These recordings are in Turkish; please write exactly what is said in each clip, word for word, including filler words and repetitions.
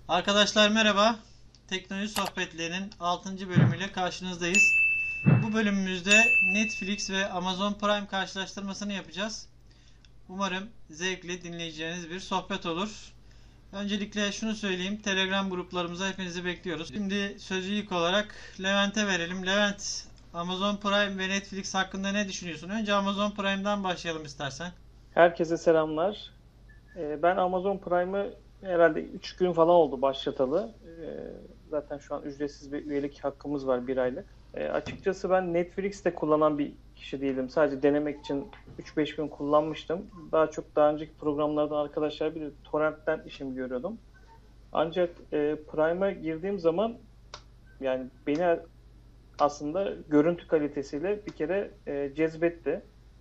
Arkadaşlar merhaba. Teknoloji sohbetlerinin altıncı bölümüyle karşınızdayız. Bu bölümümüzde Netflix ve Amazon Prime karşılaştırmasını yapacağız. Umarım zevkli dinleyeceğiniz bir sohbet olur. Öncelikle şunu söyleyeyim. Telegram gruplarımıza hepinizi bekliyoruz. Şimdi sözü ilk olarak Levent'e verelim. Levent, Amazon Prime ve Netflix hakkında ne düşünüyorsun? Önce Amazon Prime'dan başlayalım istersen. Herkese selamlar. Ee, Ben Amazon Prime'ı herhalde üç gün falan oldu başlatalı. Ee, Zaten şu an ücretsiz bir üyelik hakkımız var bir aylık. Ee, açıkçası ben Netflix'te kullanan bir kişi değilim. Sadece denemek için üç beş gün kullanmıştım. Daha çok daha önceki programlardan arkadaşlar bilir, torrentten işimi görüyordum. Ancak e, Prime'a girdiğim zaman yani beni aslında görüntü kalitesiyle bir kere e, cezbetti.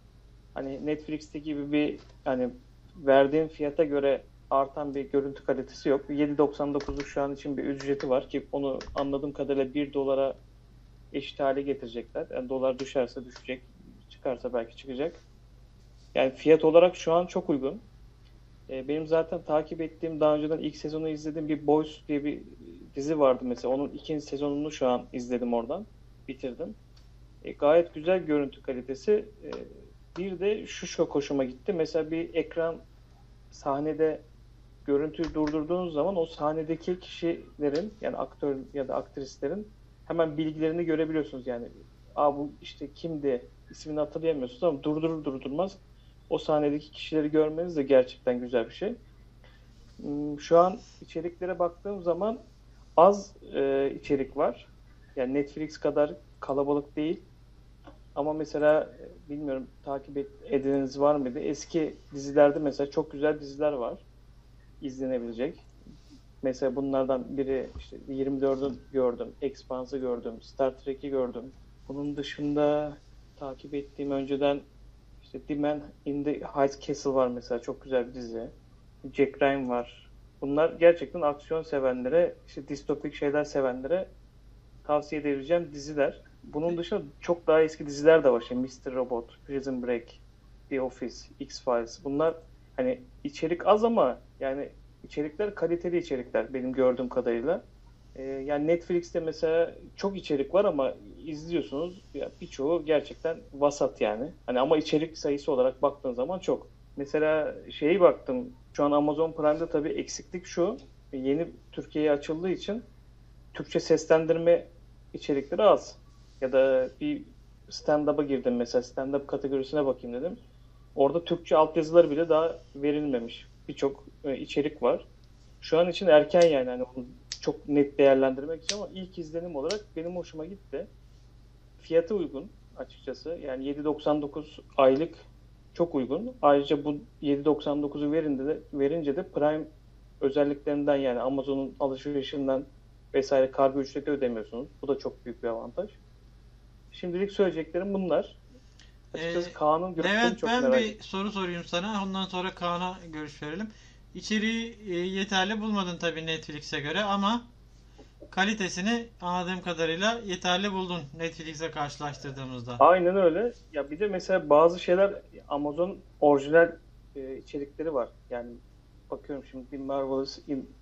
Hani Netflix'te gibi bir hani verdiğim fiyata göre artan bir görüntü kalitesi yok. yedi doksan dokuzu şu an için bir ücreti var ki onu anladığım kadarıyla bir dolara eşit hale getirecekler. Yani dolar düşerse düşecek, çıkarsa belki çıkacak. Yani fiyat olarak şu an çok uygun. E, benim zaten takip ettiğim, daha önceden ilk sezonu izlediğim bir Boys diye bir dizi vardı mesela. Onun ikinci sezonunu şu an izledim oradan. Bitirdim. E, gayet güzel görüntü kalitesi. E, bir de şu çok hoşuma gitti. Mesela bir ekran sahnede görüntüyü durdurduğunuz zaman o sahnedeki kişilerin yani aktör ya da aktrislerin hemen bilgilerini görebiliyorsunuz. Yani Aa, bu işte kimdi ismini hatırlayamıyorsunuz ama durdurur durdurmaz o sahnedeki kişileri görmeniz de gerçekten güzel bir şey. Hmm, Şu an içeriklere baktığım zaman az e, içerik var. Yani Netflix kadar kalabalık değil. Ama mesela e, bilmiyorum takip et, edeniniz var mıydı? Eski dizilerde mesela çok güzel diziler var izlenebilecek. Mesela bunlardan biri işte yirmi dördü gördüm, Expanse'ı gördüm, Star Trek'i gördüm. Bunun dışında takip ettiğim önceden işte The Man in the High Castle var mesela çok güzel bir dizi. Jack Ryan var. Bunlar gerçekten aksiyon sevenlere, işte distopik şeyler sevenlere tavsiye edebileceğim diziler. Bunun dışında çok daha eski diziler de var. İşte mister Robot, Prison Break, The Office, X-Files. Bunlar hani içerik az ama yani içerikler kaliteli içerikler benim gördüğüm kadarıyla. Ee, yani Netflix'te mesela çok içerik var ama izliyorsunuz ya birçoğu gerçekten vasat yani. Hani ama içerik sayısı olarak baktığın zaman çok. Mesela şeyi baktım. Şu an Amazon Prime'da tabii eksiklik şu. Yeni Türkiye'ye açıldığı için Türkçe seslendirme içerikleri az. Ya da bir stand-up'a girdim mesela. Stand-up kategorisine bakayım dedim. Orada Türkçe altyazılar bile daha verilmemiş. Birçok e, içerik var. Şu an için erken yani hani onu çok net değerlendirmek için ama ilk izlenim olarak benim hoşuma gitti. Fiyatı uygun açıkçası. Yani yedi doksan dokuz aylık çok uygun. Ayrıca bu yedi doksan dokuzu verince de, verince de Prime özelliklerinden yani Amazon'un alışverişinden vesaire kargo ücreti ödemiyorsunuz. Bu da çok büyük bir avantaj. Şimdilik söyleyeceklerim bunlar. Ee, Açıkçası Kaan'ın görüşlerini Levent çok ben merak bir ettim. soru sorayım sana. Ondan sonra Kaan'a görüş verelim. İçeriği e, yeterli bulmadın tabii Netflix'e göre ama kalitesini anladığım kadarıyla yeterli buldun Netflix'e karşılaştırdığımızda. Aynen öyle. Ya bir de mesela bazı şeyler Amazon orijinal e, içerikleri var. Yani bakıyorum şimdi The Marvelous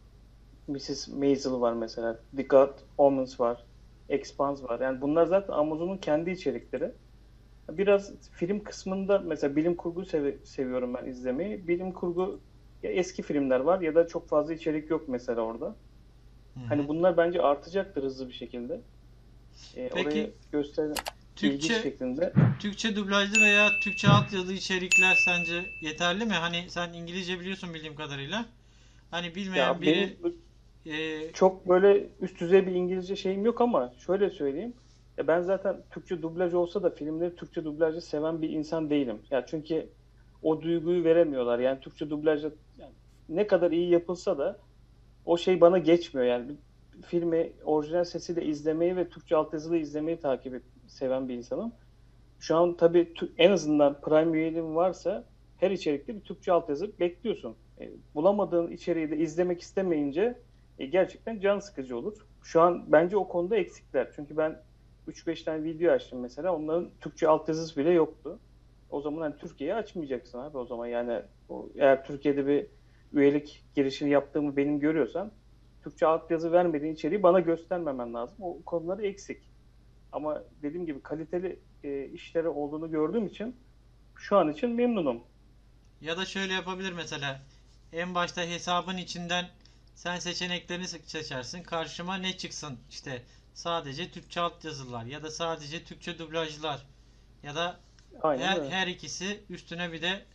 missus Maisel var mesela. The God Omens var. Expanse var. Yani bunlar zaten Amazon'un kendi içerikleri. Biraz film kısmında mesela bilim kurgu sev- seviyorum ben izlemeyi. Bilim kurgu ya eski filmler var ya da çok fazla içerik yok mesela orada. Hı Hani hı. bunlar bence artacaktır hızlı bir şekilde. E, Peki orayı gösteren ilginç Türkçe şeklinde. Türkçe dublajlı veya Türkçe altyazılı içerikler sence yeterli mi? Hani sen İngilizce biliyorsun bildiğim kadarıyla. Hani bilmeyen Ya biri benim e, çok böyle üst düzey bir İngilizce şeyim yok ama şöyle söyleyeyim. Ya ben zaten Türkçe dublaj olsa da filmleri Türkçe dublajı seven bir insan değilim. Ya çünkü o duyguyu veremiyorlar. Yani Türkçe dublajda yani ne kadar iyi yapılsa da o şey bana geçmiyor. Yani bir filmi orijinal sesiyle izlemeyi ve Türkçe altyazılı izlemeyi takip et, seven bir insanım. Şu an tabii tü- en azından Prime üyeliğin varsa her içerikte bir Türkçe altyazı bekliyorsun. E, bulamadığın içeriği de izlemek istemeyince e, gerçekten can sıkıcı olur. Şu an bence o konuda eksikler. Çünkü ben üç beş tane video açtım mesela. Onların Türkçe altyazısı bile yoktu. O zaman hani Türkiye'yi açmayacaksın abi o zaman. Yani o, eğer Türkiye'de bir üyelik girişini yaptığımı benim görüyorsan Türkçe altyazı vermediğin içeriği bana göstermemen lazım. O konuları eksik. Ama dediğim gibi kaliteli e, işleri olduğunu gördüğüm için şu an için memnunum. Ya da şöyle yapabilir mesela. En başta hesabın içinden sen seçeneklerini seçersin. Karşıma ne çıksın? İşte sadece Türkçe altyazılar ya da sadece Türkçe dublajlar ya da Aynen her, öyle. her ikisi üstüne bir de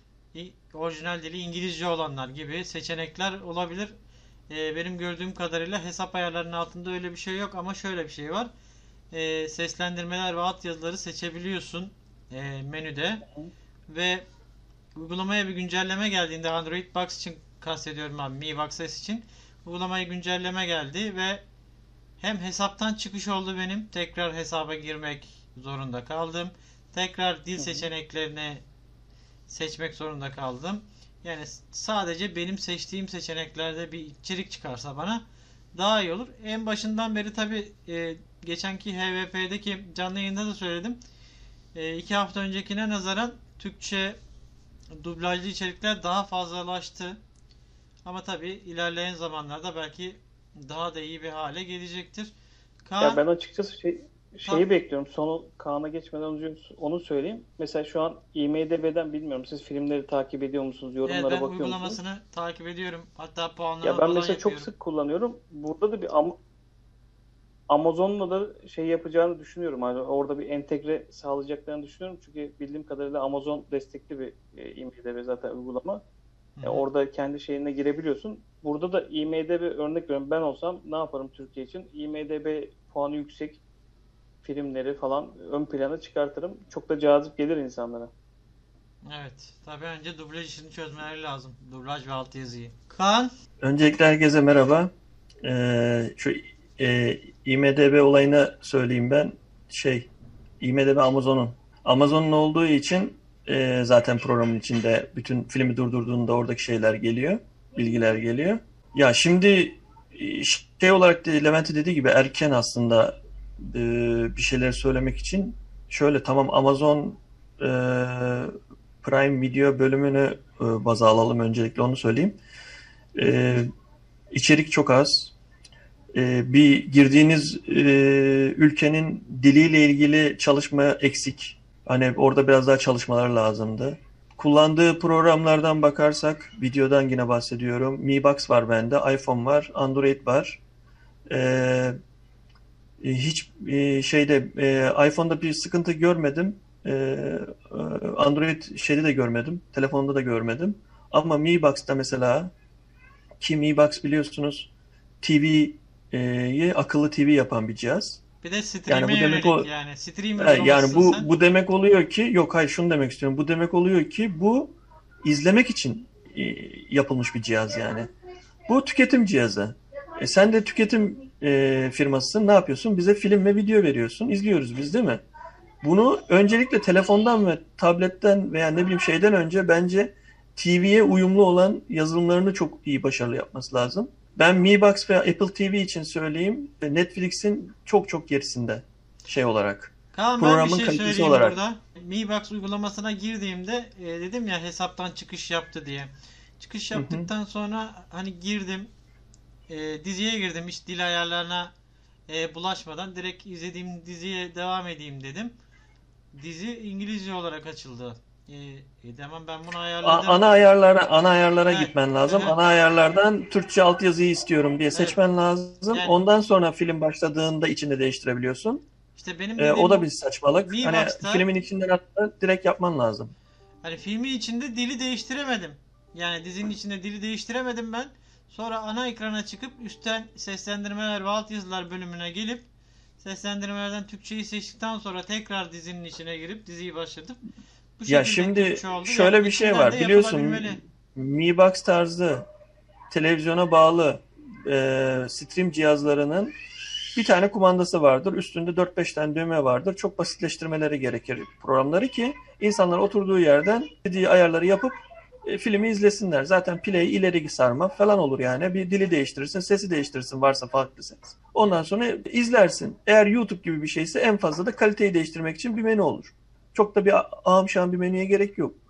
orijinal dili İngilizce olanlar gibi seçenekler olabilir. Ee, benim gördüğüm kadarıyla hesap ayarlarının altında öyle bir şey yok ama şöyle bir şey var. Ee, seslendirmeler ve altyazıları seçebiliyorsun e, menüde ve uygulamaya bir güncelleme geldiğinde Android Box için kastediyorum abi, Mi Box S için uygulamaya güncelleme geldi ve hem hesaptan çıkış oldu benim. Tekrar hesaba girmek zorunda kaldım. Tekrar dil Hı hı. seçeneklerini seçmek zorunda kaldım. Yani sadece benim seçtiğim seçeneklerde bir içerik çıkarsa bana daha iyi olur. En başından beri tabi e, geçenki H V P'deki canlı yayında da söyledim. E, iki hafta öncekine nazaran Türkçe dublajlı içerikler daha fazlalaştı. Ama tabi ilerleyen zamanlarda belki daha da iyi bir hale gelecektir. Ya Kaan, ben açıkçası şey, ta- şeyi bekliyorum. Sonu Kaan'a geçmeden önce onu söyleyeyim. Mesela şu an IMDb'den bilmiyorum. Siz filmleri takip ediyor musunuz? evet, Yorumlara ben bakıyor musunuz? uygulamasını takip ediyorum. Hatta Ya puanlama ben falan mesela çok yapıyorum. sık kullanıyorum. Burada da bir Am- Amazon'la da şey yapacağını düşünüyorum. Yani orada bir entegre sağlayacaklarını düşünüyorum. Çünkü bildiğim kadarıyla Amazon destekli bir e, IMDb zaten uygulama. Hı E, hı. orada kendi şeyine girebiliyorsun. Burada da IMDb örnek veriyorum. Ben olsam ne yaparım Türkiye için? IMDb puanı yüksek filmleri falan ön plana çıkartırım. Çok da cazip gelir insanlara. Evet. Tabii önce dublaj işini çözmeleri lazım. Dublaj ve altyazıyı. Kaan, Öncelikle herkese merhaba. Ee, şu e, IMDb olayını söyleyeyim ben. Şey, IMDb Amazon'un. Amazon'un olduğu için e, zaten programın içinde bütün filmi durdurduğunda oradaki şeyler geliyor, bilgiler geliyor. Ya şimdi e, şey olarak da Levent'in dediği gibi erken aslında e, bir şeyler söylemek için. Şöyle tamam Amazon e, Prime Video bölümünü e, baza alalım öncelikle onu söyleyeyim. Ee, içerik çok az. Ee, bir girdiğiniz e, ülkenin diliyle ilgili çalışma eksik. Hani orada biraz daha çalışmalar lazımdı. Kullandığı programlardan bakarsak, videodan yine bahsediyorum. Mi Box var bende, iPhone var, Android var. Ee, hiç e, şeyde e, iPhone'da bir sıkıntı görmedim. Ee, Android şeyde de görmedim, telefonda da görmedim. Ama Mi Box'ta mesela ki Mi Box biliyorsunuz T V'yi akıllı T V yapan bir cihaz. bir de Yani stream'e bu demek yönelik o yani. Stream e, yani uygulamasısın bu sen. bu demek oluyor ki yok hayır şunu demek istiyorum. Bu demek oluyor ki bu izlemek için e, yapılmış bir cihaz yani. Bu tüketim cihazı. E, sen de tüketim e, firmasısın. Ne yapıyorsun? Bize film ve video veriyorsun. İzliyoruz biz değil mi? Bunu öncelikle telefondan ve tabletten veya ne bileyim şeyden önce bence T V'ye uyumlu olan yazılımlarını çok iyi başarılı yapması lazım. Ben Mi Box ve Apple T V için söyleyeyim, Netflix'in çok çok gerisinde şey olarak. Kaan, ben bir Programın şey kalitesi söyleyeyim olarak. burada. Mi Box uygulamasına girdiğimde e, dedim ya hesaptan çıkış yaptı diye. Çıkış Hı hı. yaptıktan sonra hani girdim, e, diziye girdim, hiç dil ayarlarına e, bulaşmadan direkt izlediğim diziye devam edeyim dedim. Dizi İngilizce olarak açıldı. E, e, tamam, ben bunu A- ayarladım. ana ayarlara ana ayarlara Evet. gitmen Hı lazım. hı. Ana ayarlardan Türkçe altyazıyı istiyorum diye Evet. seçmen lazım. Yani Ondan sonra film başladığında içinde değiştirebiliyorsun. işte benim E, o da dediğim bir saçmalık. Mi Hani Box'ta filmin içinden hatta direkt yapman lazım. hani filmin içinde dili değiştiremedim. Yani dizinin içinde dili değiştiremedim ben. Sonra ana ekrana çıkıp üstten seslendirmeler ve altyazılar bölümüne gelip seslendirmelerden Türkçeyi seçtikten sonra tekrar dizinin içine girip diziyi başlatıp bu Ya şekilde şimdi Türkçe oldu. Yap, şöyle bir şey içinden de var. Biliyorsun yapılabilmeli. Mi Box tarzı televizyona bağlı e, stream cihazlarının bir tane kumandası vardır. Üstünde dört beş tane düğme vardır. Çok basitleştirmeleri gerekir programları ki insanlar oturduğu yerden dediği ayarları yapıp e, filmi izlesinler. Zaten play ileri sarma falan olur yani. Bir dili değiştirirsin, sesi değiştirirsin varsa farklı ses. Ondan sonra izlersin. Eğer YouTube gibi bir şeyse en fazla da kaliteyi değiştirmek için bir menü olur. Çok da bir ağam şahım bir menüye gerek yok.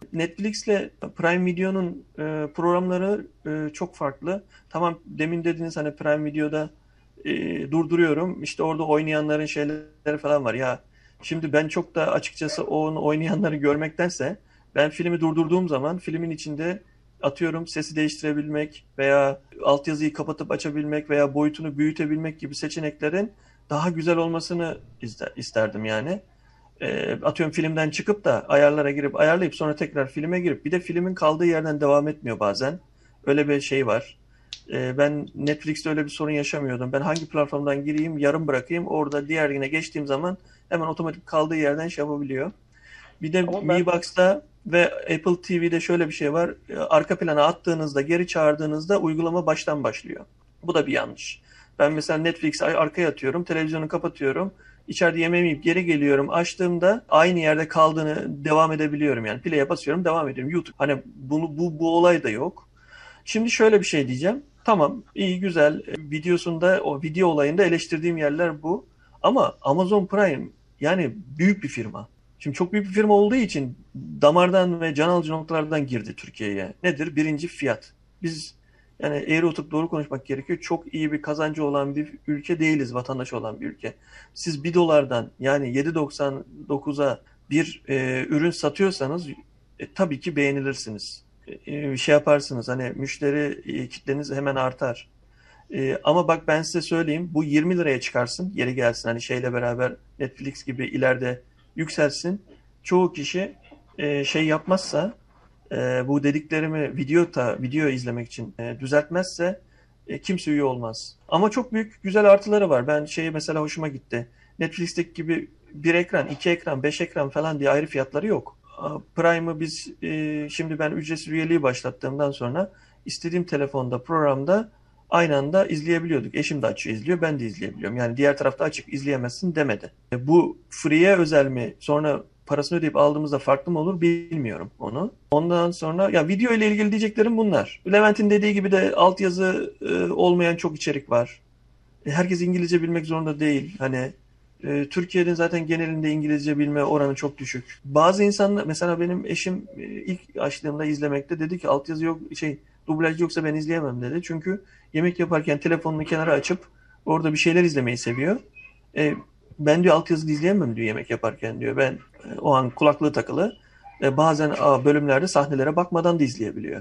Netflix'le Prime Video'nun e, programları e, çok farklı. Tamam, demin dediniz hani Prime Video'da e, durduruyorum. İşte orada oynayanların şeyleri falan var. Ya şimdi ben çok da açıkçası onu oynayanları görmektense ben filmi durdurduğum zaman filmin içinde atıyorum sesi değiştirebilmek veya altyazıyı kapatıp açabilmek veya boyutunu büyütebilmek gibi seçeneklerin daha güzel olmasını isterdim yani. E, atıyorum filmden çıkıp da ayarlara girip ayarlayıp sonra tekrar filme girip bir de filmin kaldığı yerden devam etmiyor bazen. Öyle bir şey var. E, ben Netflix'te öyle bir sorun yaşamıyordum. Ben hangi platformdan gireyim, yarım bırakayım, orada diğerine geçtiğim zaman hemen otomatik kaldığı yerden şey yapabiliyor. Bir de Ama ben Mi Box'ta ve Apple T V'de şöyle bir şey var. Arka plana attığınızda, geri çağırdığınızda uygulama baştan başlıyor. Bu da bir yanlış. Ben mesela Netflix'i arkaya atıyorum, televizyonu kapatıyorum. İçeride yemeğimi yiyip geri geliyorum. Açtığımda aynı yerde kaldığını devam edebiliyorum. Yani play'e basıyorum, devam ediyorum. YouTube. Hani bunu, bu, bu olay da yok. Şimdi şöyle bir şey diyeceğim. Tamam, iyi güzel. Videosunda, o video olayında eleştirdiğim yerler bu. Ama Amazon Prime yani büyük bir firma. Şimdi çok büyük bir firma olduğu için damardan ve can alıcı noktalardan girdi Türkiye'ye. Nedir? Birinci fiyat. Biz yani eğri oturup doğru konuşmak gerekiyor. Çok iyi bir kazancı olan bir ülke değiliz, vatandaşı olan bir ülke. Siz bir dolardan yani yedi doksan dokuza bir e, ürün satıyorsanız e, tabii ki beğenilirsiniz. E, şey yaparsınız hani müşteri e, kitleniz hemen artar. E, ama bak ben size söyleyeyim, bu yirmi liraya çıkarsın, yeri gelsin hani şeyle beraber Netflix gibi ileride yükselsin. Çoğu kişi e, şey yapmazsa, e, bu dediklerimi video ta, video izlemek için e, düzeltmezse e, kimse üye olmaz. Ama çok büyük güzel artıları var. Ben şeyi mesela hoşuma gitti. Netflix'teki gibi bir ekran, iki ekran, beş ekran falan diye ayrı fiyatları yok. Prime'ı biz e, şimdi ben ücretsiz üyeliği başlattığımdan sonra istediğim telefonda, programda aynı anda izleyebiliyorduk. Eşim de açıyor, izliyor, ben de izleyebiliyorum. Yani diğer tarafta açık izleyemezsin demedi. E, bu free'ye özel mi, sonra parasını ödeyip aldığımızda farklı mı olur bilmiyorum onu. Ondan sonra ya video ile ilgili diyeceklerim bunlar. Levent'in dediği gibi de altyazı e, olmayan çok içerik var. E, herkes İngilizce bilmek zorunda değil. Hani e, Türkiye'nin zaten genelinde İngilizce bilme oranı çok düşük. Bazı insanlar, mesela benim eşim e, ilk açtığımda izlemekte dedi ki altyazı yok, şey dublaj yoksa ben izleyemem dedi. Çünkü yemek yaparken telefonunu kenara açıp orada bir şeyler izlemeyi seviyor. E, ben diyor altyazı izleyemem diyor yemek yaparken diyor. Ben e, o an kulaklığı takılı. E, bazen a, bölümlerde sahnelere bakmadan da izleyebiliyor.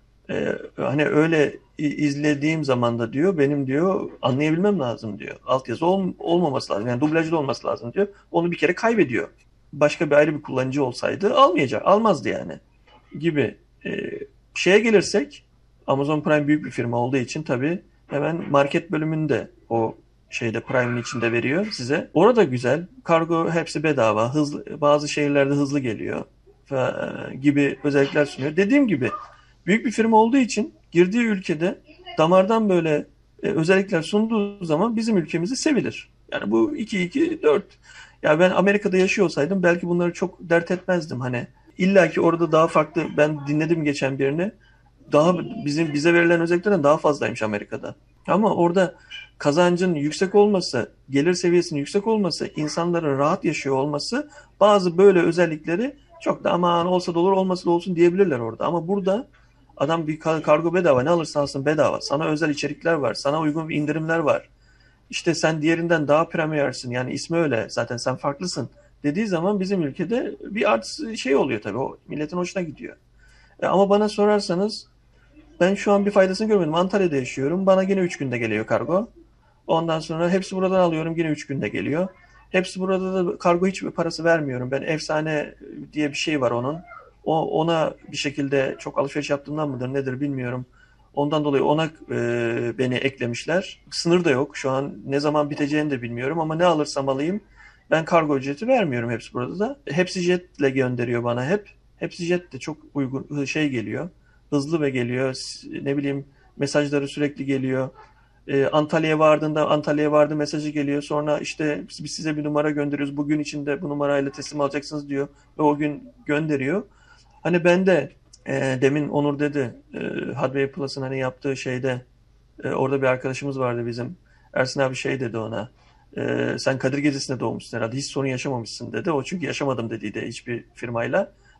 E, hani öyle izlediğim zaman da diyor benim diyor anlayabilmem lazım diyor. Altyazı ol, olmaması lazım. Yani dublajlı olması lazım diyor. Onu bir kere kaybediyor. Başka bir ayrı bir kullanıcı olsaydı almayacak. Almazdı yani. Gibi. E, şeye gelirsek, Amazon Prime büyük bir firma olduğu için tabii hemen market bölümünde o şeyde Prime'in içinde veriyor size. Orada güzel. Kargo hepsi bedava. Hızlı, bazı şehirlerde hızlı geliyor ve gibi özellikler sunuyor. Dediğim gibi büyük bir firma olduğu için girdiği ülkede damardan böyle e, özellikler sunduğu zaman bizim ülkemizi sevilir. Yani bu iki iki dört. Ya ben Amerika'da yaşıyor olsaydım belki bunları çok dert etmezdim. Hani illa ki orada daha farklı, ben dinledim geçen birini. Daha bizim bize verilen özelliklerden daha fazlaymış Amerika'da. Ama orada kazancın yüksek olması, gelir seviyesinin yüksek olması, insanların rahat yaşıyor olması bazı böyle özellikleri çok da aman olsa da olur olmasa da olsun diyebilirler orada. Ama burada adam bir kargo bedava, ne alırsan alsın bedava. Sana özel içerikler var, sana uygun indirimler var. İşte sen diğerinden daha premiersin, yani ismi öyle zaten, sen farklısın dediği zaman bizim ülkede bir artı şey oluyor tabii, o milletin hoşuna gidiyor. E ama bana sorarsanız ben şu an bir faydasını görmedim. Antalya'da yaşıyorum. Bana yine üç günde geliyor kargo. Ondan sonra hepsi buradan alıyorum. Yine üç günde geliyor. Hepsi burada da kargo hiç parası vermiyorum. Ben Efsane diye bir şey var onun. O, ona bir şekilde çok alışveriş yaptığımdan mıdır nedir bilmiyorum. Ondan dolayı ona e, beni eklemişler. Sınır da yok. Şu an ne zaman biteceğini de bilmiyorum ama ne alırsam alayım ben kargo ücreti vermiyorum hepsi burada da. Hepsi jetle gönderiyor bana hep. Hepsi jet de çok uygun şey geliyor. Hızlı ve geliyor. Ne bileyim mesajları sürekli geliyor. Ee, Antalya'ya vardığında Antalya'ya vardı mesajı geliyor. Sonra işte biz size bir numara gönderiyoruz. Bugün içinde bu numarayla teslim alacaksınız diyor. Ve o gün gönderiyor. Hani ben de e, demin Onur dedi e, Hardware Plus'ın hani yaptığı şeyde e, orada bir arkadaşımız vardı bizim. Ersin abi şey dedi ona. E, sen Kadir Gecesi'nde doğmuşsun herhalde. Hiç sorun yaşamamışsın dedi. O çünkü yaşamadım dediydi hiçbir firmayla.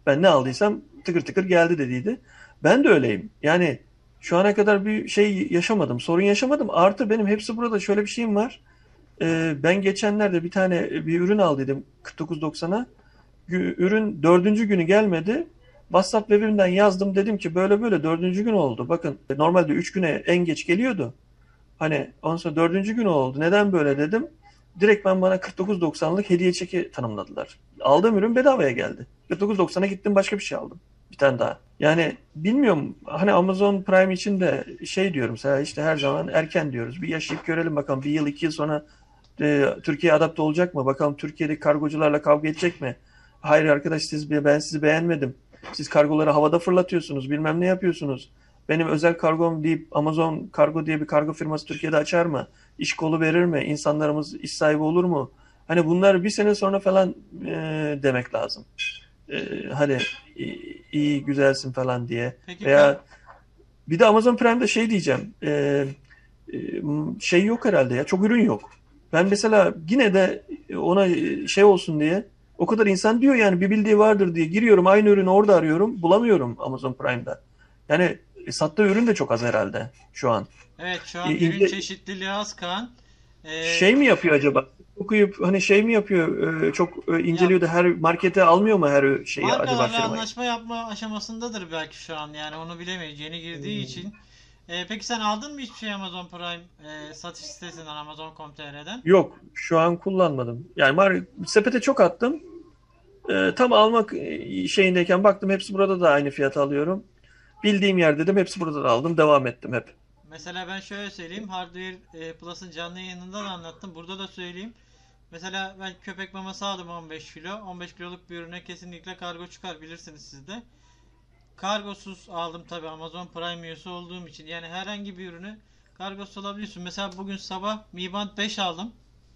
Ben ne aldıysam tıkır tıkır geldi dediydi. Ben de öyleyim. Yani şu ana kadar bir şey yaşamadım, sorun yaşamadım. Artı benim hepsi burada şöyle bir şeyim var. Ee, ben geçenlerde bir tane bir ürün aldıydım kırk dokuz doksana. Ürün dördüncü günü gelmedi. WhatsApp webimden yazdım, dedim ki böyle böyle dördüncü gün oldu. Bakın normalde üç güne en geç geliyordu. Hani ondan sonra dördüncü gün oldu. Neden böyle dedim. Direkt ben bana kırk dokuz doksanlık hediye çeki tanımladılar. Aldığım ürün bedavaya geldi. kırk dokuz doksana gittim, başka bir şey aldım. Bir tane daha. Yani bilmiyorum, hani Amazon Prime için de şey diyorum mesela, işte her zaman erken diyoruz. Bir yaşayıp görelim bakalım, bir yıl iki yıl sonra e, Türkiye adapte olacak mı? Bakalım Türkiye'deki kargocularla kavga edecek mi? Hayır arkadaş, siz ben sizi beğenmedim. Siz kargoları havada fırlatıyorsunuz, bilmem ne yapıyorsunuz. Benim özel kargom deyip Amazon Kargo diye bir kargo firması Türkiye'de açar mı? İş kolu verir mi? İnsanlarımız iş sahibi olur mu? Hani bunlar bir sene sonra falan e, demek lazım. E, hani iyi, iyi güzelsin falan diye. Peki Veya bir de Amazon Prime'de şey diyeceğim. E, e, şey yok herhalde ya. Çok ürün yok. Ben mesela yine de ona şey olsun diye, o kadar insan diyor yani bir bildiği vardır diye giriyorum, aynı ürünü orada arıyorum. Bulamıyorum Amazon Prime'da. Yani e, sattığı ürün de çok az herhalde şu an. evet, şu E, an ürün ince- çeşitliliği az Kaan. Ee, şey mi yapıyor acaba? Okuyup hani şey mi yapıyor? e, çok e, inceliyor da her markete almıyor mu her şeyi acaba markalarla firmayı? anlaşma yapma aşamasındadır belki şu an, yani onu bilemeyiz yeni girdiği için. Ee, peki sen aldın mı hiçbir şey Amazon Prime e, satış sitesinden, amazon nokta com nokta tr'den? Yok, şu an kullanmadım. Yani mar sepete çok attım. E, tam almak e, şeyindeyken baktım hepsi burada da aynı fiyata alıyorum. Bildiğim yer dedim, hepsi burada da aldım. Devam ettim hep. Mesela ben şöyle söyleyeyim, Hardware e, Plus'ın canlı yayınında da anlattım. Burada da söyleyeyim. Mesela ben köpek maması aldım on beş kilo. on beş kiloluk bir ürüne kesinlikle kargo çıkar, bilirsiniz siz de. Kargosuz aldım tabi, Amazon Prime üyesi olduğum için. Yani herhangi bir ürünü kargosuz alabiliyorsun. Mesela bugün sabah Mi Band beş aldım.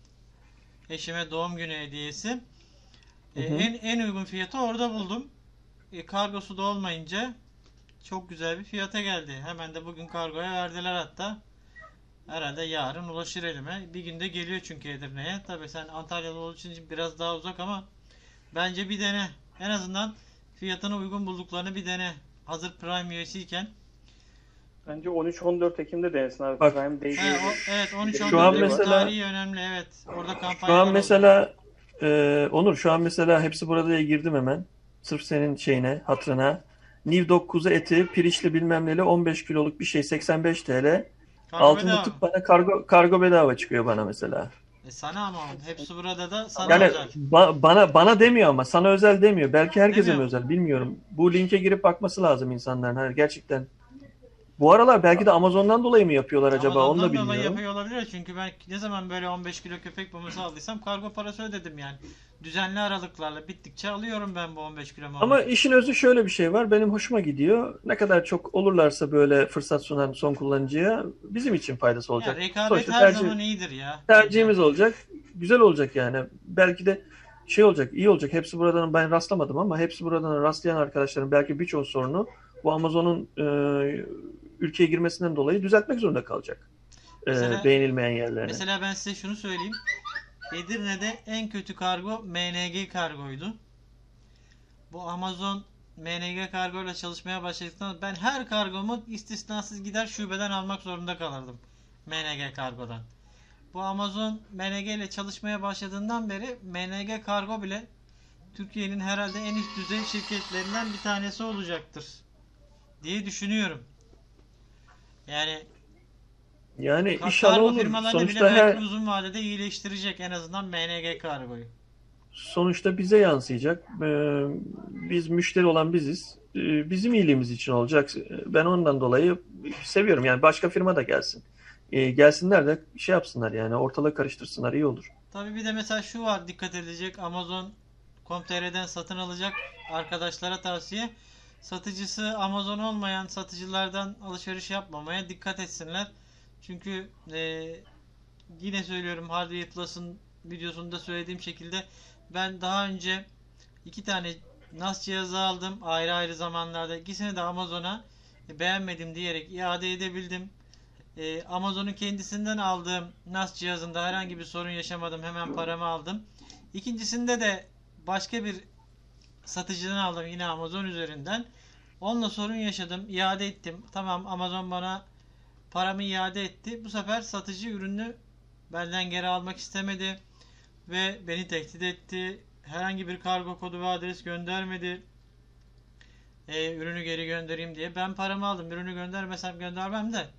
Eşime doğum günü hediyesi. Hı E, hı. en en uygun fiyatı orada buldum. E, kargosu da olmayınca çok güzel bir fiyata geldi. Hemen de bugün kargoya verdiler hatta. Herhalde yarın ulaşır elime. Bir günde geliyor çünkü Edirne'ye. Tabii sen Antalyalı olduğu için biraz daha uzak ama bence bir dene. En azından fiyatına uygun bulduklarını bir dene. Hazır Prime üyesiyken. Bence on üç on dört Ekim'de denesin abi. Bak, Prime Day He, diye o, evet bir on üç Şu an on dört Ekim mesela tarihi önemli, evet. Orada şu kampanyalar an oldu. mesela e, Onur, şu an mesela hepsi burada'ya girdim hemen. Sırf senin şeyine, hatırına. Niv dokuzu eti, pirinçli bilmem neli on beş kiloluk bir şey seksen beş T L. Kargo Altında bedava. tık bana kargo kargo bedava çıkıyor bana mesela. E sana ama oğlum, hepsi burada da sana Yani özel. ba- bana bana demiyor ama sana özel demiyor. Belki herkese Demiyor mi mu? özel bilmiyorum. Bu linke girip bakması lazım insanların. Hani gerçekten. Bu aralar belki de Amazon'dan dolayı mı yapıyorlar acaba? Onu da Amazon'dan dolayı bilmiyorum. yapıyor olabilir, çünkü ben ne zaman böyle on beş kilo köpek maması aldıysam kargo parası ödedim yani. Düzenli aralıklarla bittikçe alıyorum ben bu on beş kilo Ama mamayı. işin özü şöyle bir şey var. Benim hoşuma gidiyor. Ne kadar çok olurlarsa böyle fırsat sunan son kullanıcıya bizim için faydası Ya olacak. rekabet Sonuçta her tercih zaman iyidir ya bence. tercihimiz olacak. Güzel olacak yani. Belki de şey olacak, iyi olacak. Hepsi buradan ben rastlamadım ama hepsi buradan rastlayan arkadaşların belki birçok sorunu bu Amazon'un e, ülkeye girmesinden dolayı düzeltmek zorunda kalacak. E, Mesela beğenilmeyen yerlerini. mesela ben size şunu söyleyeyim. Edirne'de en kötü kargo M N G kargoydu. Bu Amazon M N G kargo ile çalışmaya başladıktan sonra ben her kargomu istisnasız gider şubeden almak zorunda kalırdım. M N G kargodan. Bu Amazon M N G ile çalışmaya başladığından beri M N G kargo bile Türkiye'nin herhalde en üst düzey şirketlerinden bir tanesi olacaktır diye düşünüyorum. Yani Yani ka- inşallah kargo olur. firmalarını bile Sonuçta belki her uzun vadede iyileştirecek en azından M N G kargoyu. sonuçta bize yansıyacak. Ee, biz müşteri olan biziz. Ee, bizim iyiliğimiz için olacak. Ben ondan dolayı seviyorum. Yani başka firma da gelsin. Ee, gelsinler de şey yapsınlar yani ortalığı karıştırsınlar, iyi olur. Tabii bir de mesela şu var, dikkat edilecek, amazon nokta com nokta tr'den satın alacak arkadaşlara tavsiye. Satıcısı Amazon olmayan satıcılardan alışveriş yapmamaya dikkat etsinler. Çünkü e, yine söylüyorum, Hardware Plus'ın videosunda söylediğim şekilde ben daha önce iki tane N A S cihazı aldım ayrı ayrı zamanlarda. İkisini de Amazon'a e, beğenmedim diyerek iade edebildim. E, Amazon'un kendisinden aldığım N A S cihazında herhangi bir sorun yaşamadım. Hemen paramı aldım. İkincisinde de başka bir satıcıdan aldım yine Amazon üzerinden. Onunla sorun yaşadım. İade ettim. Tamam, Amazon bana paramı iade etti. Bu sefer satıcı ürünü benden geri almak istemedi ve beni tehdit etti. Herhangi bir kargo kodu ve adres göndermedi. E, ürünü geri göndereyim diye. Ben paramı aldım. Ürünü göndermesem göndermem de.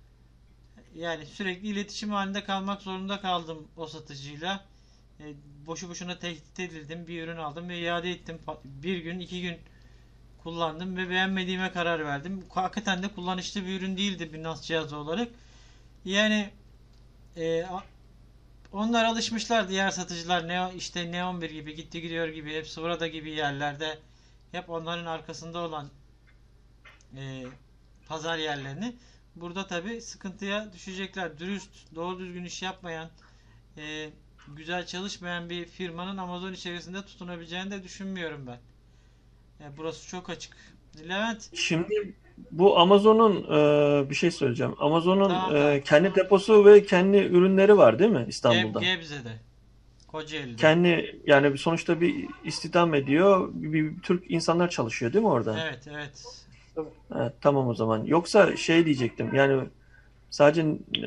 Yani sürekli iletişim halinde kalmak zorunda kaldım o satıcıyla. E, boşu boşuna tehdit edildim. Bir ürün aldım ve iade ettim. Bir gün, iki gün kullandım ve beğenmediğime karar verdim. Hakikaten de kullanışlı bir ürün değildi bir N A S cihazı olarak. Yani e, onlar alışmışlar, diğer satıcılar Neo, işte Neon bir gibi, Gitti Gidiyor gibi, hepsi burada gibi yerlerde hep onların arkasında olan e, pazar yerlerini. Burada tabi sıkıntıya düşecekler. Dürüst, doğru düzgün iş yapmayan, e, güzel çalışmayan bir firmanın Amazon içerisinde tutunabileceğini de düşünmüyorum ben. E, burası çok açık. Levent, Şimdi bu Amazon'un e, bir şey söyleyeceğim. Amazon'un tamam tamam. e, kendi deposu ve kendi ürünleri var değil mi Geb İstanbul'da? Gebze'de, Kocaeli'de. Kendi yani sonuçta bir istihdam ediyor. Bir, bir Türk insanlar çalışıyor değil mi orada? Evet evet. Tabii. Evet, tamam o zaman. Yoksa şey diyecektim. Yani sadece e,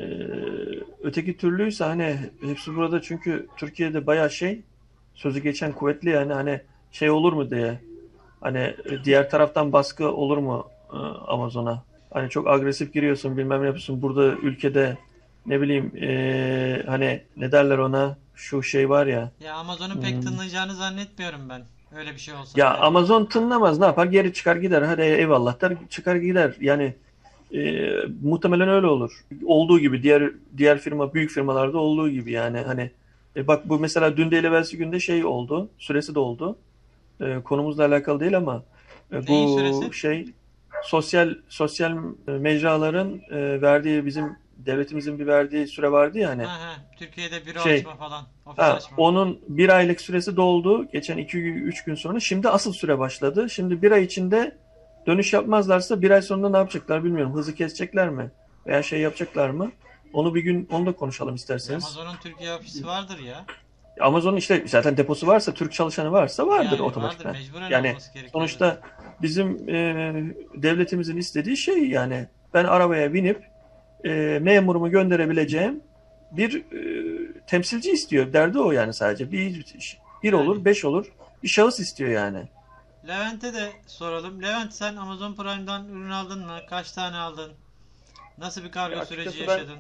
öteki türlüyse hani hepsi burada çünkü Türkiye'de bayağı şey sözü geçen kuvvetli yani hani şey olur mu diye. Hani e, diğer taraftan baskı olur mu e, Amazon'a? Hani çok agresif giriyorsun bilmem ne yapıyorsun. Burada ülkede ne bileyim e, hani ne derler ona şu şey var ya. Ya Amazon'un pek hmm, tınlayacağını zannetmiyorum ben. Öyle bir şey olsa Ya bile. Amazon tınlamaz ne yapar? Geri çıkar gider. Hadi eyvallah der çıkar gider. Yani e, muhtemelen öyle olur. Olduğu gibi diğer diğer firma büyük firmalarda olduğu gibi yani hani e, bak bu mesela dün değil evvelsi günde şey oldu. Süresi de oldu. E, konumuzla alakalı değil ama e, Neyin bu süresi? şey sosyal sosyal e, mecraların e, verdiği bizim devletimizin bir verdiği süre vardı ya hani Ha ha. Türkiye'de büro şey açma falan. Ofis ha, açma. onun bir aylık süresi doldu. Geçen iki üç gün sonra. Şimdi asıl süre başladı. Şimdi bir ay içinde dönüş yapmazlarsa bir ay sonra ne yapacaklar bilmiyorum. Hızı kesecekler mi? Veya şey yapacaklar mı? Onu bir gün onu da konuşalım Ya isterseniz. Amazon'un Türkiye ofisi vardır ya. Amazon'un işte zaten deposu varsa, Türk çalışanı varsa vardır Yani vardır. otomatikman. Mecburen Yani olması gerekiyor zaten. sonuçta bizim e, devletimizin istediği şey yani ben arabaya binip e, memurumu gönderebileceğim bir e, temsilci istiyor. Derdi o yani sadece. Bir, bir Yani olur, beş olur. Bir şahıs istiyor yani. Levent'e de soralım. Levent, sen Amazon Prime'dan ürün aldın mı? Kaç tane aldın? Nasıl bir Ya kargo süreci açıkçası ben yaşadın?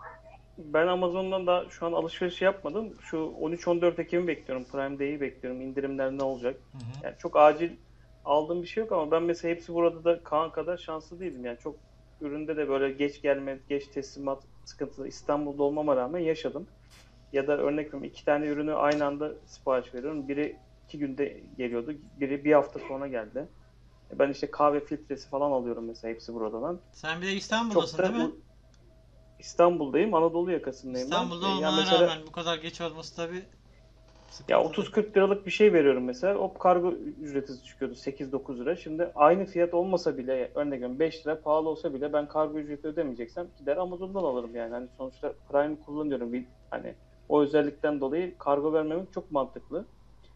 ben Amazon'dan da şu an alışveriş yapmadım. Şu on üç on dört Ekim'i bekliyorum. Prime Day'i bekliyorum. İndirimler ne olacak? Hı hı. Yani çok acil aldığım bir şey yok ama ben mesela hepsi burada da Kaan kadar şanslı değilim. Yani çok üründe de böyle geç gelme, geç teslimat sıkıntısı İstanbul'da olmama rağmen yaşadım. Ya da örnek veriyorum iki tane ürünü aynı anda sipariş veriyorum. Biri iki günde geliyordu. Biri bir hafta sonra geldi. Ben işte kahve filtresi falan alıyorum mesela hepsi buradan. Sen bir de Çok İstanbul'dasın da değil mi? u- İstanbul'dayım, Anadolu yakasındayım ben. İstanbul'da E, Ya olmana mesela rağmen bu kadar geç olması tabii ya sıkıntılı. otuz kırk liralık bir şey veriyorum mesela. O kargo ücreti çıkıyordu sekiz dokuz lira. Şimdi aynı fiyat olmasa bile örnek veriyorum beş lira pahalı olsa bile ben kargo ücreti ödemeyeceksem gider Amazon'dan alırım yani. Hani sonuçta Prime kullanıyorum. Bir, hani o özellikten dolayı kargo vermemek çok mantıklı.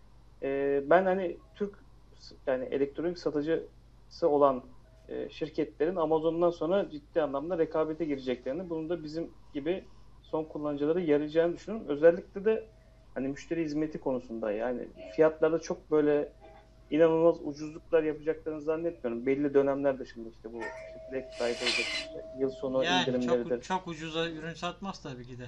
Ee, ben hani Türk yani elektronik satıcısı olan e, şirketlerin Amazon'dan sonra ciddi anlamda rekabete gireceklerini, bunun da bizim gibi son kullanıcılara yarayacağını düşünüyorum. Özellikle de hani müşteri hizmeti konusunda yani fiyatlarda çok böyle inanılmaz ucuzluklar yapacaklarını zannetmiyorum. Belli dönemler dışında işte bu işte Black Friday'dir, işte yıl sonu Yani indirimleridir. çok çok ucuza ürün satmaz tabii ki de.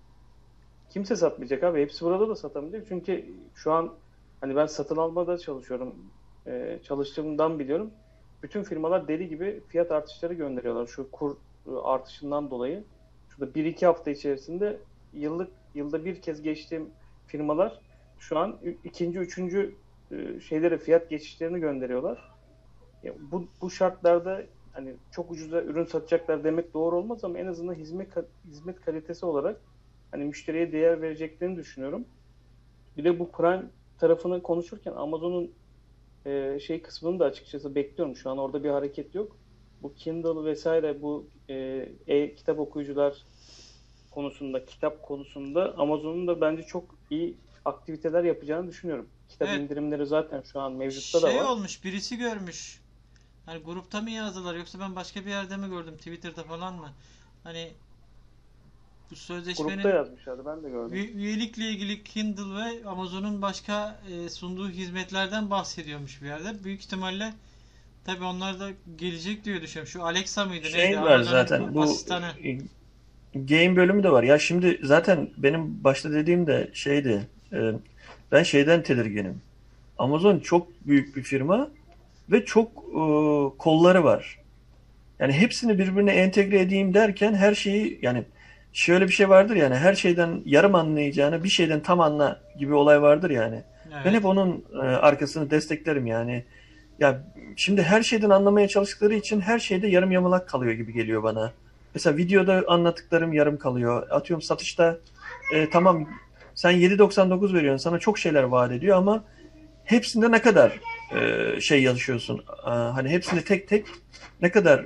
Kimse satmayacak abi. Hepsi burada da satamayacak. Çünkü şu an hani ben satın almada çalışıyorum. Ee, çalıştığımdan biliyorum. Bütün firmalar deli gibi fiyat artışları gönderiyorlar. Şu kur e, artışından dolayı. Şurada bir iki hafta içerisinde yıllık yılda bir kez geçtiğim firmalar şu an ü- ikinci, üçüncü e, şeylere fiyat geçişlerini gönderiyorlar. Ya bu, bu şartlarda hani çok ucuza ürün satacaklar demek doğru olmaz ama en azından hizmet hizmet kalitesi olarak hani müşteriye değer vereceklerini düşünüyorum. Bir de bu Prime tarafını konuşurken Amazon'un e, şey kısmını da açıkçası bekliyorum. Şu an orada bir hareket yok. Bu Kindle vesaire bu e, e-kitap okuyucular konusunda, kitap konusunda Amazon'un da bence çok iyi aktiviteler yapacağını düşünüyorum. kitap Evet. indirimleri zaten şu an mevcutta da Şey var. olmuş, birisi görmüş. Hani grupta mı yazdılar yoksa ben başka bir yerde mi gördüm? Twitter'da falan mı? Hani bu Grupta sözleşmenin yazmışlardı, ben de gördüm. üye- üyelikle ilgili Kindle ve Amazon'un başka e, sunduğu hizmetlerden bahsediyormuş bir yerde. Büyük ihtimalle tabii onlar da gelecek diye düşünüyorum. Şu Alexa mıydı Şey neydi? var Amazon'un zaten bu asistanı. e, game bölümü de var. Ya şimdi zaten benim başta dediğim de şeydi. e, ben şeyden tedirginim. Amazon çok büyük bir firma ve çok e, kolları var. Yani hepsini birbirine entegre edeyim derken her şeyi yani şöyle bir şey vardır yani her şeyden yarım anlayacağını bir şeyden tam anla gibi olay vardır yani. Ben Evet. hep onun e, arkasını desteklerim yani. Ya şimdi her şeyden anlamaya çalıştıkları için her şeyde yarım yamalak kalıyor gibi geliyor bana. Mesela videoda anlattıklarım yarım kalıyor. Atıyorum satışta e, tamam sen yedi doksan dokuz veriyorsun sana çok şeyler vaat ediyor ama hepsinde ne kadar e, şey yaşıyorsun? Aa, hani hepsini tek tek ne kadar